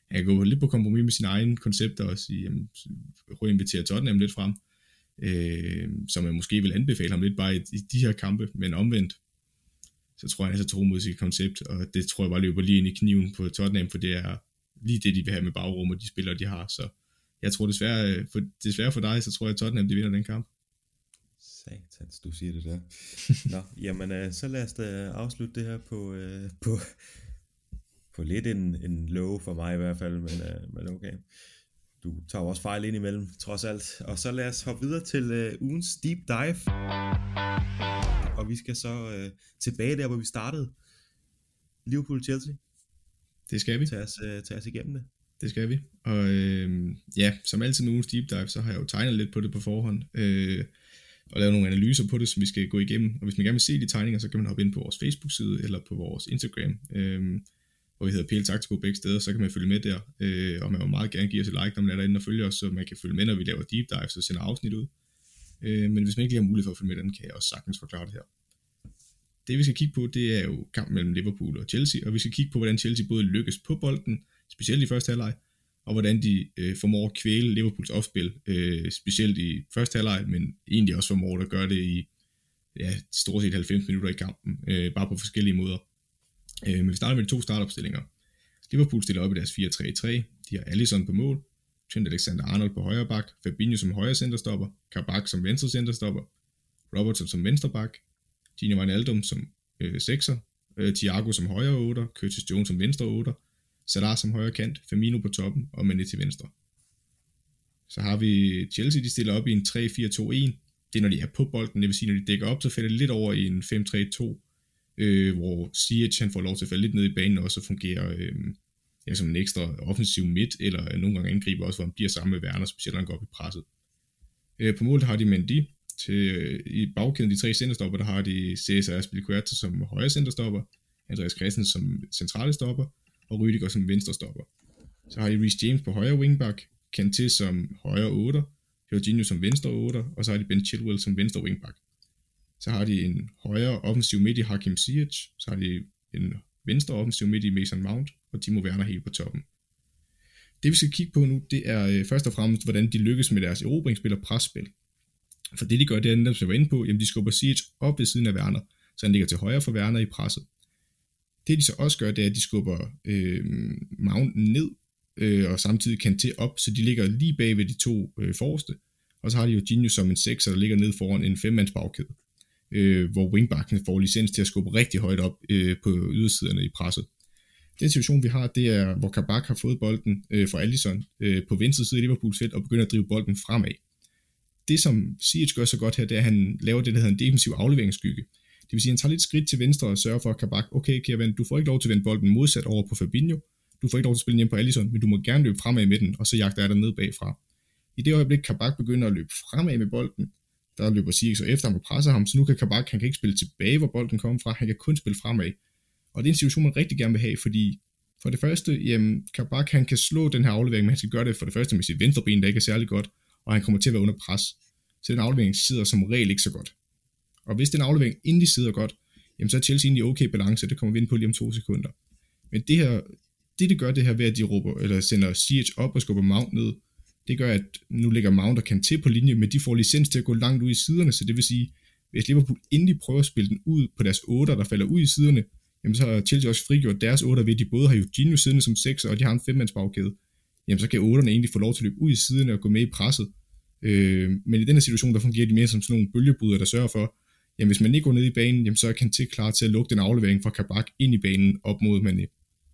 han kan gå lidt på kompromis med sine egne koncepter og sige, jamen, invitere Tottenham lidt frem, øh, som jeg måske vil anbefale ham lidt bare i, i de her kampe, men omvendt, så tror jeg, han er så tro mod sit koncept, og det tror jeg bare løber lige ind i kniven på Tottenham, for det er lige det, de vil have med bagrum og de spillere, de har, så jeg tror desværre for, desværre for dig, så tror jeg, at Tottenham de vinder den kamp. Satans, du siger det der. Nå, jamen øh, så lad os da afslutte det her på, øh, på, på lidt en, en low for mig i hvert fald, men, øh, men okay. Du tager også fejl ind imellem, trods alt. Og så lad os hoppe videre til øh, ugens deep dive. Og vi skal så øh, tilbage der, hvor vi startede. Liverpool-Chelsea. Det skal vi. Tag os, øh, tag os igennem det. Det skal vi. Og øh, ja, som altid med ugens deep dive, så har jeg jo tegnet lidt på det på forhånd. Øh, og lavet nogle analyser på det, som vi skal gå igennem. Og hvis man gerne vil se de tegninger, så kan man hoppe ind på vores Facebook-side, eller på vores Instagram, øh, hvor vi hedder P L Taktiko begge steder, så kan man følge med der. Øh, og man må meget gerne give os et like, når man er derinde og følger os, så man kan følge med, når vi laver deep dives og sender afsnit ud. Øh, men hvis man ikke lige har mulighed for at følge med den, kan jeg også sagtens forklare det her. Det vi skal kigge på, det er jo kampen mellem Liverpool og Chelsea, og vi skal kigge på, hvordan Chelsea både lykkes på bolden, specielt i første halvleg, og hvordan de øh, formår at kvæle Liverpools opspil, øh, specielt i første halvleg, men egentlig også formår at gøre det i ja, stort set halvfems minutter i kampen, øh, bare på forskellige måder. Øh, men vi starter med de to startopstillinger. Liverpool stiller op i deres fire tre tre, de har Alisson på mål, Trent Alexander-Arnold på højre bak, Fabinho som højre centerstopper, Kabak som venstre centerstopper, Robertson som venstre bak, Gini Wijnaldum som øh, sekser, øh, Thiago som højre otter, Curtis Jones som venstre otter, Salah som højre kant, Firmino på toppen og Mané til venstre. Så har vi Chelsea, de stiller op i en tre fire to en. Det er når de er på bolden, det vil sige når de dækker op, så falder det lidt over i en fem tre to, øh, hvor Ziyech han får lov til at falde lidt ned i banen og også fungerer øh, ja, som en ekstra offensiv midt, eller øh, nogle gange angriber også, hvor han bliver sammen med Werner, specielt når han går op i presset. Øh, på mål der har de Mendy. Til, øh, i bagkæden, de tre centerstopper, der har de Cesar Azpilicueta som højre centerstopper, Andreas Christensen som centrale stopper, og Rüdiger som venstre stopper. Så har de Reece James på højre wingback, Kanté som højre otter, Jorginho som venstre otter, og så har de Ben Chilwell som venstre wingback. Så har de en højre offensiv midt i Hakim Ziyech, så har de en venstre offensiv midt i Mason Mount, og Timo Werner helt på toppen. Det vi skal kigge på nu, det er øh, først og fremmest, hvordan de lykkes med deres erobringsspil og presspil. For det de gør, det er netop, som jeg var inde på, jamen de skubber Ziyech op ved siden af Werner, så han ligger til højre for Werner i presset. Det de så også gør, det er, at de skubber øh, Mount ned, øh, og samtidig Kanté op, så de ligger lige bag ved de to øh, forreste. Og så har de jo Jorginho som en sekser, der ligger ned foran en femmands bagkæde, øh, hvor wingbacken får licens til at skubbe rigtig højt op øh, på ydersiderne i presset. Den situation vi har, det er, hvor Kabak har fået bolden øh, fra Alisson øh, på venstre side i Liverpools felt og begynder at drive bolden fremad. Det som Ziyech gør så godt her, det er, at han laver det, der hedder en defensiv afleveringsskygge. Det vil sige, at han tager lidt skridt til venstre og sørger for, at Kabak, okay, kære ven, du får ikke lov til at vende bolden modsat over på Fabinho, du får ikke lov til at spille hjem på Alisson, men du må gerne løbe fremad med den, og så jagter jeg dig ned bagfra. I det øjeblik, Kabak begynder at løbe fremad med bolden, der løber Ziyech så efter ham og presser ham, så nu kan Kabak, han kan ikke spille tilbage, hvor bolden kommer fra, han kan kun spille fremad. Og det er en situation, man rigtig gerne vil have, fordi for det første, jamen, Kabak, han kan slå den her aflevering, men han skal gøre det for det første med sit venstre ben, der ikke er særlig godt, og han kommer til at være under pres. Så den aflevering sidder som regel ikke så godt. Og hvis den aflevering endelig sidder godt, jamen så er Chelsea egentlig okay balance, det kommer vi ind på lige om to sekunder. Men det her, det det gør det her ved, at de råber, eller sender Ziyech op og skubber Mount ned, det gør, at nu ligger Mount og Kanté på linje, men de får licens til at gå langt ud i siderne, så det vil sige, hvis Liverpool endelig prøver at spille den ud på deres otter, der falder ud i siderne, jamen så har Chelsea også frigjort deres otter ved, at de både har Jorginho siddende som sekser, og de har en femmands bagkæde. Jamen så kan otterne egentlig få lov til at løbe ud i siderne og gå med i presset. Øh, men i denne situation, der fungerer de mere som sådan nogle bølgebryder, der sørger for, jamen hvis man ikke går ned i banen, jamen så er Kanté klar til at lukke den aflevering fra Kabak ind i banen op mod Mané.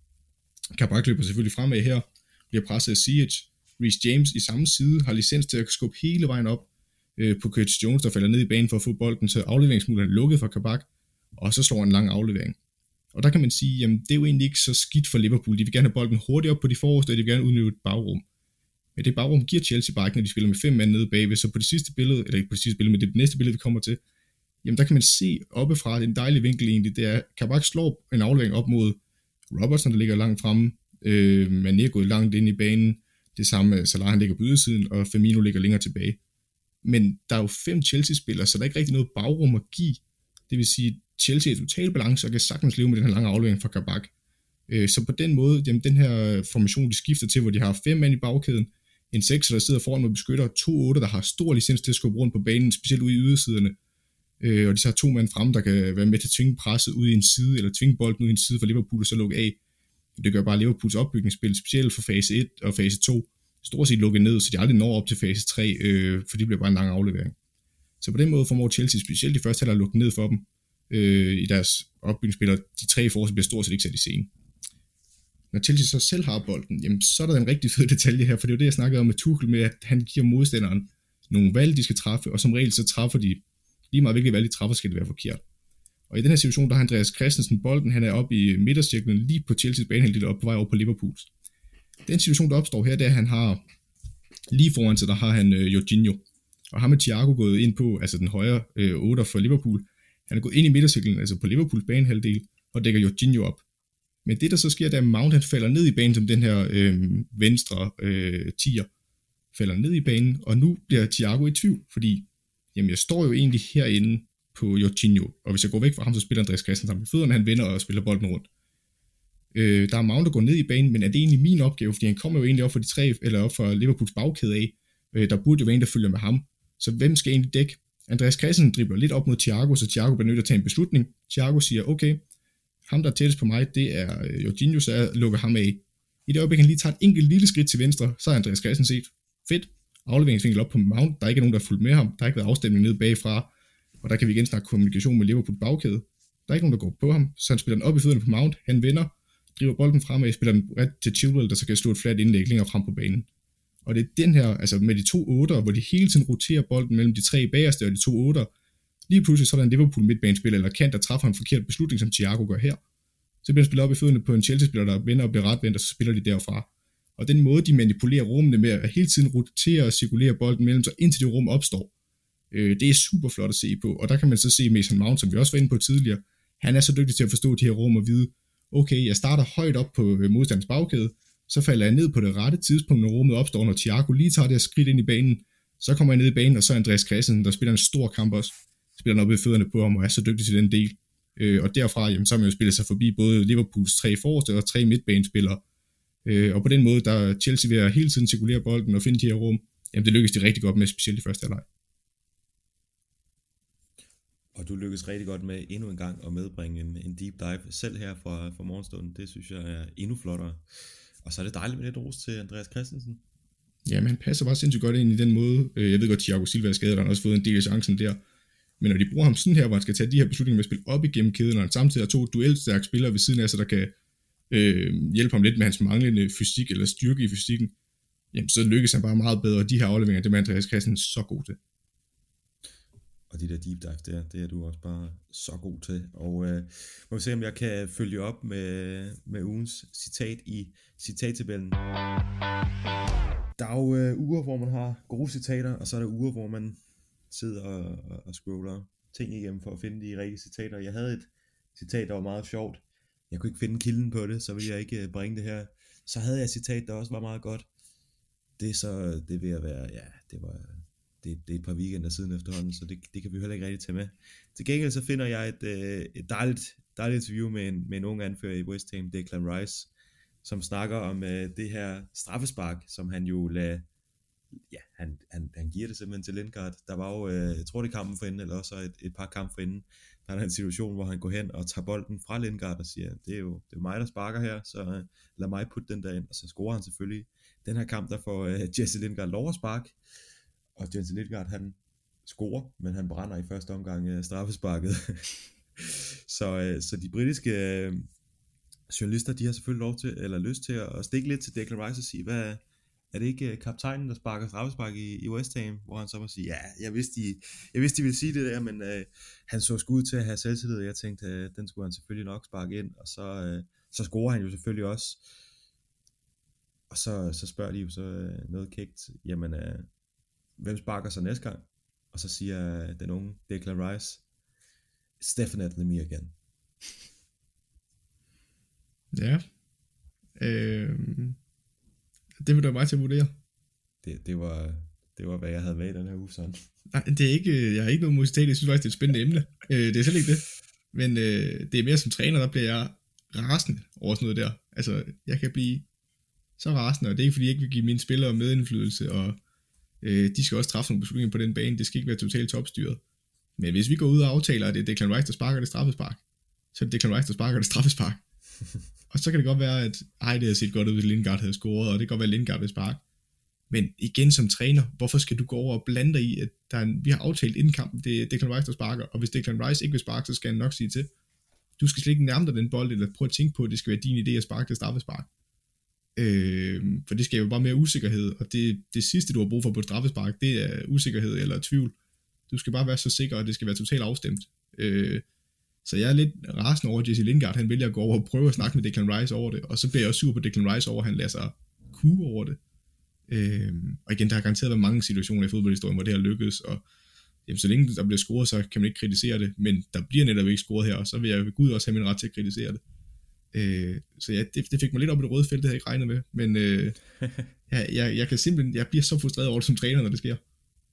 Kabak løber selvfølgelig fremad her, bliver presset af Ziyech. Reece James i samme side har licens til at skubbe hele vejen op øh, på Curtis Jones, der falder ned i banen for at få bolden, så afleveringsmuligheden er lukket for Kabak, og så slår han en lang aflevering. Og der kan man sige, jamen det er jo egentlig ikke så skidt for Liverpool. De vil gerne have bolden hurtigt op på de forreste, og de vil gerne udnytte et bagrum. Men det bagrum giver Chelsea bare ikke, når de spiller med fem mand nede bagved. Så på det sidste billede, eller ikke på det sidste billede, men det næste billede, vi kommer til, jamen der kan man se oppefra, det er en dejlig vinkel egentlig, det er, Kabak slår en aflevering op mod Robertson, der ligger langt fremme, øh, Mané er gået langt ind i banen, det samme Salah, han ligger på ydersiden, og Firmino ligger længere tilbage. Men der er jo fem Chelsea-spillere, så der er ikke rigtig noget bagrum at give. Det vil sige, Chelsea er i total balance og kan sagtens leve med den her lange aflevering fra Kabak. Øh, så på den måde, jamen den her formation, de skifter til, hvor de har fem mand i bagkæden, en sekser, der sidder foran med beskytter, to otte, der har stor licens til at skubbe rundt på banen, specielt ude i ydersiderne, øh, og de så har to mand frem, der kan være med til at tvinge presset ud i en side, eller tvinge bolden ud i en side for Liverpool, og så lukke af. Det gør bare Liverpools opbygningsspil, specielt for fase et og fase to, stort set lukket ned, så de aldrig når op til fase tre, øh, for det bliver bare en lang aflevering. Så på den måde formår Chelsea specielt de første halvleg at lukke ned for dem øh, i deres opbygningsspil, og de tre forsvar bliver stort set ikke sat i scene. Når Chelsea så selv har bolden, jamen, så er der en rigtig fed detalje her, for det er jo det, jeg snakkede om med Tuchel, med at han giver modstanderen nogle valg, de skal træffe, og som regel så træffer de, lige meget hvilke valg de træffer, skal det være forkert. Og i den her situation, der har Andreas Christensen bolden, han er oppe i midtercirklen, lige på Chelseas banehalvdel, op på vej over på Liverpools. Den situation, der opstår her, det er, at han har, lige foran sig, der har han øh, Jorginho, og ham er Thiago gået ind på, altså den højre øh, otter for Liverpool, han er gået ind i midtercirklen, altså på Liverpools banehalvdel, og dækker Jorginho op. Men det, der så sker, det er, at Mount han falder ned i banen, som den her øh, venstre øh, tier falder ned i banen, og nu bliver Thiago i tvivl, fordi jamen, jeg står jo egentlig herinde på Jorginho, og hvis jeg går væk fra ham, så spiller Andreas Christensen med fødderne, han vender og spiller bolden rundt. Øh, der er Mount, der går ned i banen, men er det egentlig min opgave, fordi han kommer jo egentlig op for de tre, eller op for Liverpools bagkæde af, øh, der burde jo være en, der følger med ham, så hvem skal egentlig dække? Andreas Christensen dribler lidt op mod Thiago, så Thiago bliver nødt til at tage en beslutning. Thiago siger, okay, ham der er tættest på mig, det er Jorginho, så jeg lukker ham af. I det øjeblik, han lige tager et enkelt lille skridt til venstre, så er Andreas Christensen set fedt. Afleveringsvinkel op på Mount, der er ikke nogen, der er fulgt med ham, der har ikke været afstemning nede bagfra, og der kan vi igen snakke kommunikation med Liverpool bagkæde. Der er ikke nogen, der går på ham, så han spiller den op i fødderne på Mount, han vender, driver bolden fremad, spiller den ret til Chilwell, der så kan slå et fladt indlæg længere frem på banen. Og det er den her, altså med de to otter, hvor de hele tiden roterer bolden mellem de tre bagerste og de to otter, lige pludselig så er der en Liverpool midtbanespiller eller kant, der træffer en forkert beslutning, som Thiago gør her. Så bliver han spillet op i fødderne på en Chelsea-spiller, der vender og bliver retvendt, og så spiller de derfra. Og den måde, de manipulerer rummene med at hele tiden rotere og cirkulere bolden mellem sig, indtil det rum opstår, øh, det er super flot at se på. Og der kan man så se Mason Mount, som vi også var inde på tidligere, han er så dygtig til at forstå de her rum og vide, okay, jeg starter højt op på modstanders bagkæde, så falder jeg ned på det rette tidspunkt, når rummet opstår, når Thiago lige tager det her skridt ind i banen, så kommer jeg ned i banen, og så er Andreas Christensen, der spiller en stor kamp også, spiller den op i fødderne på ham, og er så dygtig til den del. Øh, og derfra, jamen, så har man jo spillet sig forbi både Liverpools tre forreste og tre midtbanespillere. Øh, og på den måde, der er Chelsea ved at hele tiden cirkulere bolden og finde de her rum, jamen det lykkes de rigtig godt med, specielt i første halvleg. Og du lykkes rigtig godt med endnu en gang at medbringe en, en deep dive selv her fra, fra morgenstunden. Det synes jeg er endnu flottere. Og så er det dejligt med lidt ros til Andreas Christensen. Ja, men han passer bare sindssygt godt ind i den måde. Jeg ved godt, Thiago Silva er skadet, og han har også fået en del af chancen der. Men når de bruger ham sådan her, hvor han skal tage de her beslutninger med at spille op igennem kæden, og han samtidig har to duelstærke spillere ved siden af sig, der kan øh, hjælpe ham lidt med hans manglende fysik eller styrke i fysikken, jamen så lykkes han bare meget bedre, og de her afleveringer, det er Andreas Christensen så god til. Og de der deep dive der, det er du også bare så god til. Og øh, må vi se, om jeg kan følge op med, med ugens citat i citattabellen. Der er jo øh, uger, hvor man har gode citater, og så er der uger, hvor man sidder og, og, og scroller ting igennem for at finde de rigtige citater. Jeg havde et citat, der var meget sjovt. Jeg kunne ikke finde kilden på det, så ville jeg ikke bringe det her. Så havde jeg et citat, der også var meget godt. Det er så, det vil jeg være, ja, det var... Det, det er et par weekender siden efterhånden, så det, det kan vi heller ikke rigtig tage med. Til gengæld så finder jeg et, øh, et dejligt, dejligt interview med en, med en ung anfører i West Ham, Declan Rice, som snakker om øh, det her straffespark, som han jo lader, ja, han, han, han giver det simpelthen til Lingard. Der var jo, øh, jeg tror det er kampen for inden, eller også et, et par kampe for inden, der er der en situation, hvor han går hen og tager bolden fra Lingard og siger, det er jo, det er jo mig, der sparker her, så øh, lad mig putte den der ind, og så scorer han selvfølgelig. Den her kamp, der får øh, Jesse Lingard lov at sparke, og Jesse Lingard, han scorer, men han brænder i første omgang uh, straffesparket. så, uh, så de britiske uh, journalister, de har selvfølgelig lov til, eller lyst til at stikke lidt til Declan Rice og sige, hvad er det ikke uh, kaptajnen, der sparker straffespark i, i West Ham? Hvor han så må sige, ja, jeg vidste, de, jeg vidste, de ville sige det der, men uh, han så skud til at have selvtillid, og jeg tænkte, uh, den skulle han selvfølgelig nok sparke ind, og så, uh, så scorer han jo selvfølgelig også. Og så, så spørger de jo så uh, noget kægt, jamen, uh, hvem sparker så næste gang? Og så siger den unge Declan Rice, it's definitely me again. Ja. Øh, det vil du bare til at vurdere. Det, det, var, det var, hvad jeg havde med i den her uge sådan. Nej, det er ikke, jeg har ikke noget mod citat. Jeg synes faktisk, det er et spændende emne. Øh, det er slet ikke det. Men øh, det er mere som træner, der bliver jeg rasende over sådan noget der. Altså, jeg kan blive så rasende, og det er ikke fordi, jeg ikke vil give mine spillere medindflydelse, og øh, de skal også træffe nogle beslutninger på den bane. Det skal ikke være totalt topstyret. Men hvis vi går ud og aftaler, at det er Declan Rice, der sparker det straffespark, så er det Declan Rice, der sparker det straffespark. Og så kan det godt være, at ej, det havde set godt ud, hvis Lingard havde scoret, og det kan godt være, at Lingard vil sparke. Men igen som træner, hvorfor skal du gå over og blande dig i, at der er en, vi har aftalt inden kampen, det er Declan Rice, der sparker, og hvis Declan Rice ikke vil sparke, så skal han nok sige til. Du skal slet ikke nærme dig den bold, eller prøve at tænke på, at det skal være din idé at sparke det straffespark. Øh, for det skaber bare mere usikkerhed, og det, det sidste, du har brug for på et straffespark, det er usikkerhed eller tvivl. Du skal bare være så sikker, at det skal være totalt afstemt. Øh, så jeg er lidt rasende over, at Jesse Lingard, han vælger at gå over og prøve at snakke med Declan Rice over det, og så bliver jeg også sur på Declan Rice over, at han lader sig kue over det. Øh, og igen, der har garanteret været mange situationer i fodboldhistorien, hvor det har lykkedes, og jamen, så længe der bliver scoret, så kan man ikke kritisere det, men der bliver netop ikke scoret her, og så vil jeg ved Gud også have min ret til at kritisere det. Øh, så ja, det, det fik mig lidt op i det røde felt, det havde jeg ikke regnet med, men øh, jeg, jeg, jeg kan simpelthen, jeg bliver så frustreret over det som træner, når det sker.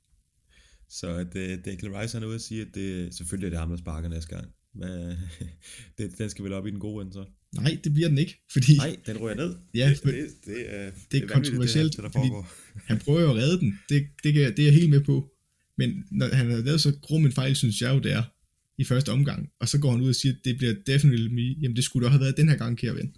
Så at uh, Declan Rice er ude at sige, at det, selvfølgelig er det ham, der sparker næste gang. Men, det, den skal vel op i den gode ende så? Nej, det bliver den ikke, fordi... Nej, den ryger ned. Ja, det, det, det, er, det, det er kontroversielt, det her, fordi han prøver jo at redde den, det, det, det er jeg helt med på. Men når han har lavet så grum en fejl, synes jeg jo, det er i første omgang, og så går han ud og siger, at det bliver definitely me. Jamen det skulle da have været den her gang, kære ven.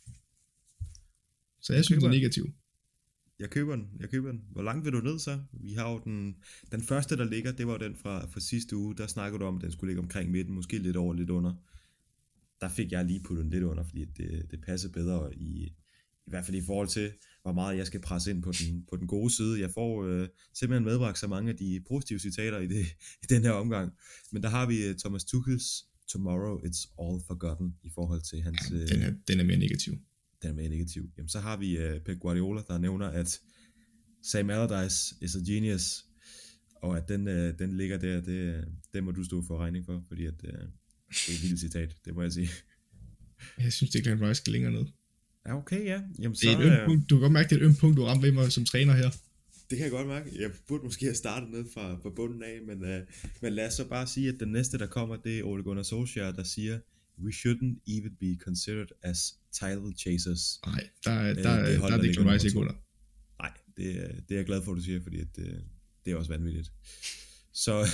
Så jeg, jeg synes, det er negativt. Jeg køber den, jeg køber den. Hvor langt vil du ned så? Vi har jo den, den første, der ligger, det var den fra, fra sidste uge. Der snakkede du om, at den skulle ligge omkring midten, måske lidt over, lidt under. Der fik jeg lige puttet den lidt under, fordi det, det passer bedre i, i hvert fald i forhold til, hvor meget jeg skal presse ind på den, på den gode side. Jeg får øh, simpelthen medbragt så mange af de positive citater i, det, i den her omgang. Men der har vi uh, Thomas Tuchels Tomorrow It's All Forgotten i forhold til hans... Ja, den, er, den er mere negativ. Den er mere negativ. Jamen, så har vi uh, Pep Guardiola, der nævner, at Sam Allardyce is a genius, og at den, uh, den ligger der, det, det må du stå for regning for, fordi at, uh, det er et vildt citat, det må jeg sige. Jeg synes, det Declan Rice skal længere ned. Ja, okay, ja. Jamen, det er så, et ømt punkt. Du kan godt mærke, det er et ømt punkt, du rammer ved mig som træner her. Det kan jeg godt mærke. Jeg burde måske have startet ned fra, fra bunden af, men, uh, men lad os så bare sige, at den næste, der kommer, det er Ole Gunnar Solskjaer, der siger, we shouldn't even be considered as title chasers. Nej, der, der, der, der, der er Declan Rice ikke under. Nej, det, det er jeg glad for, at du siger, fordi at, det, det er også vanvittigt. Så,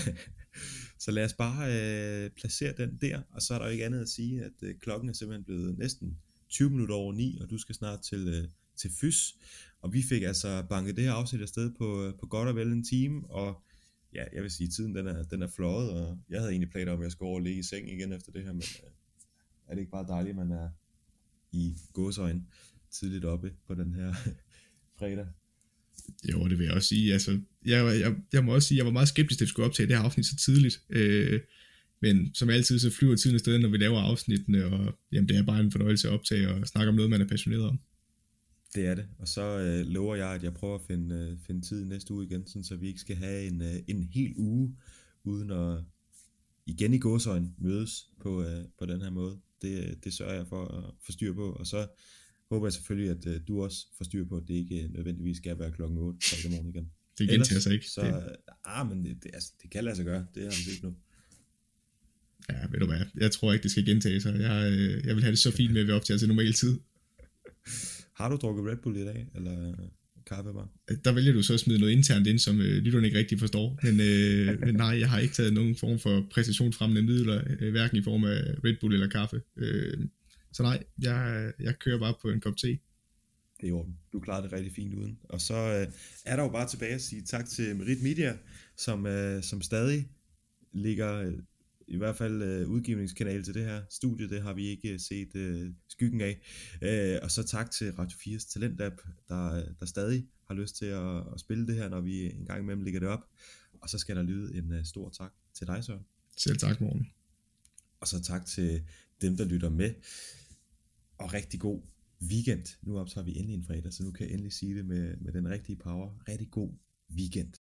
så lad os bare øh, placere den der, og så er der jo ikke andet at sige, at øh, klokken er simpelthen blevet næsten tyve minutter over ni, og du skal snart til, øh, til fys. Og vi fik altså banket det her afsnit afsted på, på godt og vel en time, og ja, jeg vil sige, at tiden den er, den er fløjet, og jeg havde egentlig planer om, at jeg skulle over og ligge i seng igen efter det her, men øh, er det ikke bare dejligt, at man er i gåseøjne tidligt oppe på den her fredag? Jo, det vil jeg også sige. Altså, jeg, jeg, jeg må også sige, jeg var meget skeptisk, at vi skulle optage det her afsnit så tidligt. Øh, men som altid, så flyver tiden afsted, når vi laver afsnittene, og jamen, det er bare en fornøjelse at optage og snakke om noget, man er passioneret om. Det er det, og så øh, lover jeg, at jeg prøver at finde, øh, finde tid næste uge igen, sådan, så vi ikke skal have en, øh, en hel uge, uden at igen i gåseøjne mødes på, øh, på den her måde. Det, det sørger jeg for at få styr på, og så håber jeg selvfølgelig, at øh, du også får styr på, at det ikke nødvendigvis skal være klokken otte i morgen igen. Det gentager sig ikke. Så, øh, ah, men det, det, altså, det kan lade sig gøre, det har vi set nu. Ja, ved du hvad, jeg tror ikke, det skal gentage sig. Jeg, øh, jeg vil have det så fint med, at vi optager til normal tid. Har du drukket Red Bull i dag, eller kaffe bare? Der vælger du så at smide noget internt ind, som øh, lytterne ikke rigtig forstår. Men, øh, men nej, jeg har ikke taget nogen form for præstationsfremmende midler, øh, hverken i form af Red Bull eller kaffe. Øh, så nej, jeg, jeg kører bare på en kop te. Det er i orden. Du klarede det rigtig fint uden. Og så øh, er der jo bare tilbage at sige tak til Merit Media, som, øh, som stadig ligger... Øh, i hvert fald øh, udgivningskanal til det her studie, det har vi ikke set øh, skyggen af. Øh, og så tak til Radio fires Talent-app, der, der stadig har lyst til at, at spille det her, når vi en gang imellem lægger det op. Og så skal der lyde en uh, stor tak til dig, Søren. Selv tak, Morten. Og så tak til dem, der lytter med. Og rigtig god weekend. Nu optager vi endelig en fredag, så nu kan jeg endelig sige det med, med den rigtige power. Rigtig god weekend.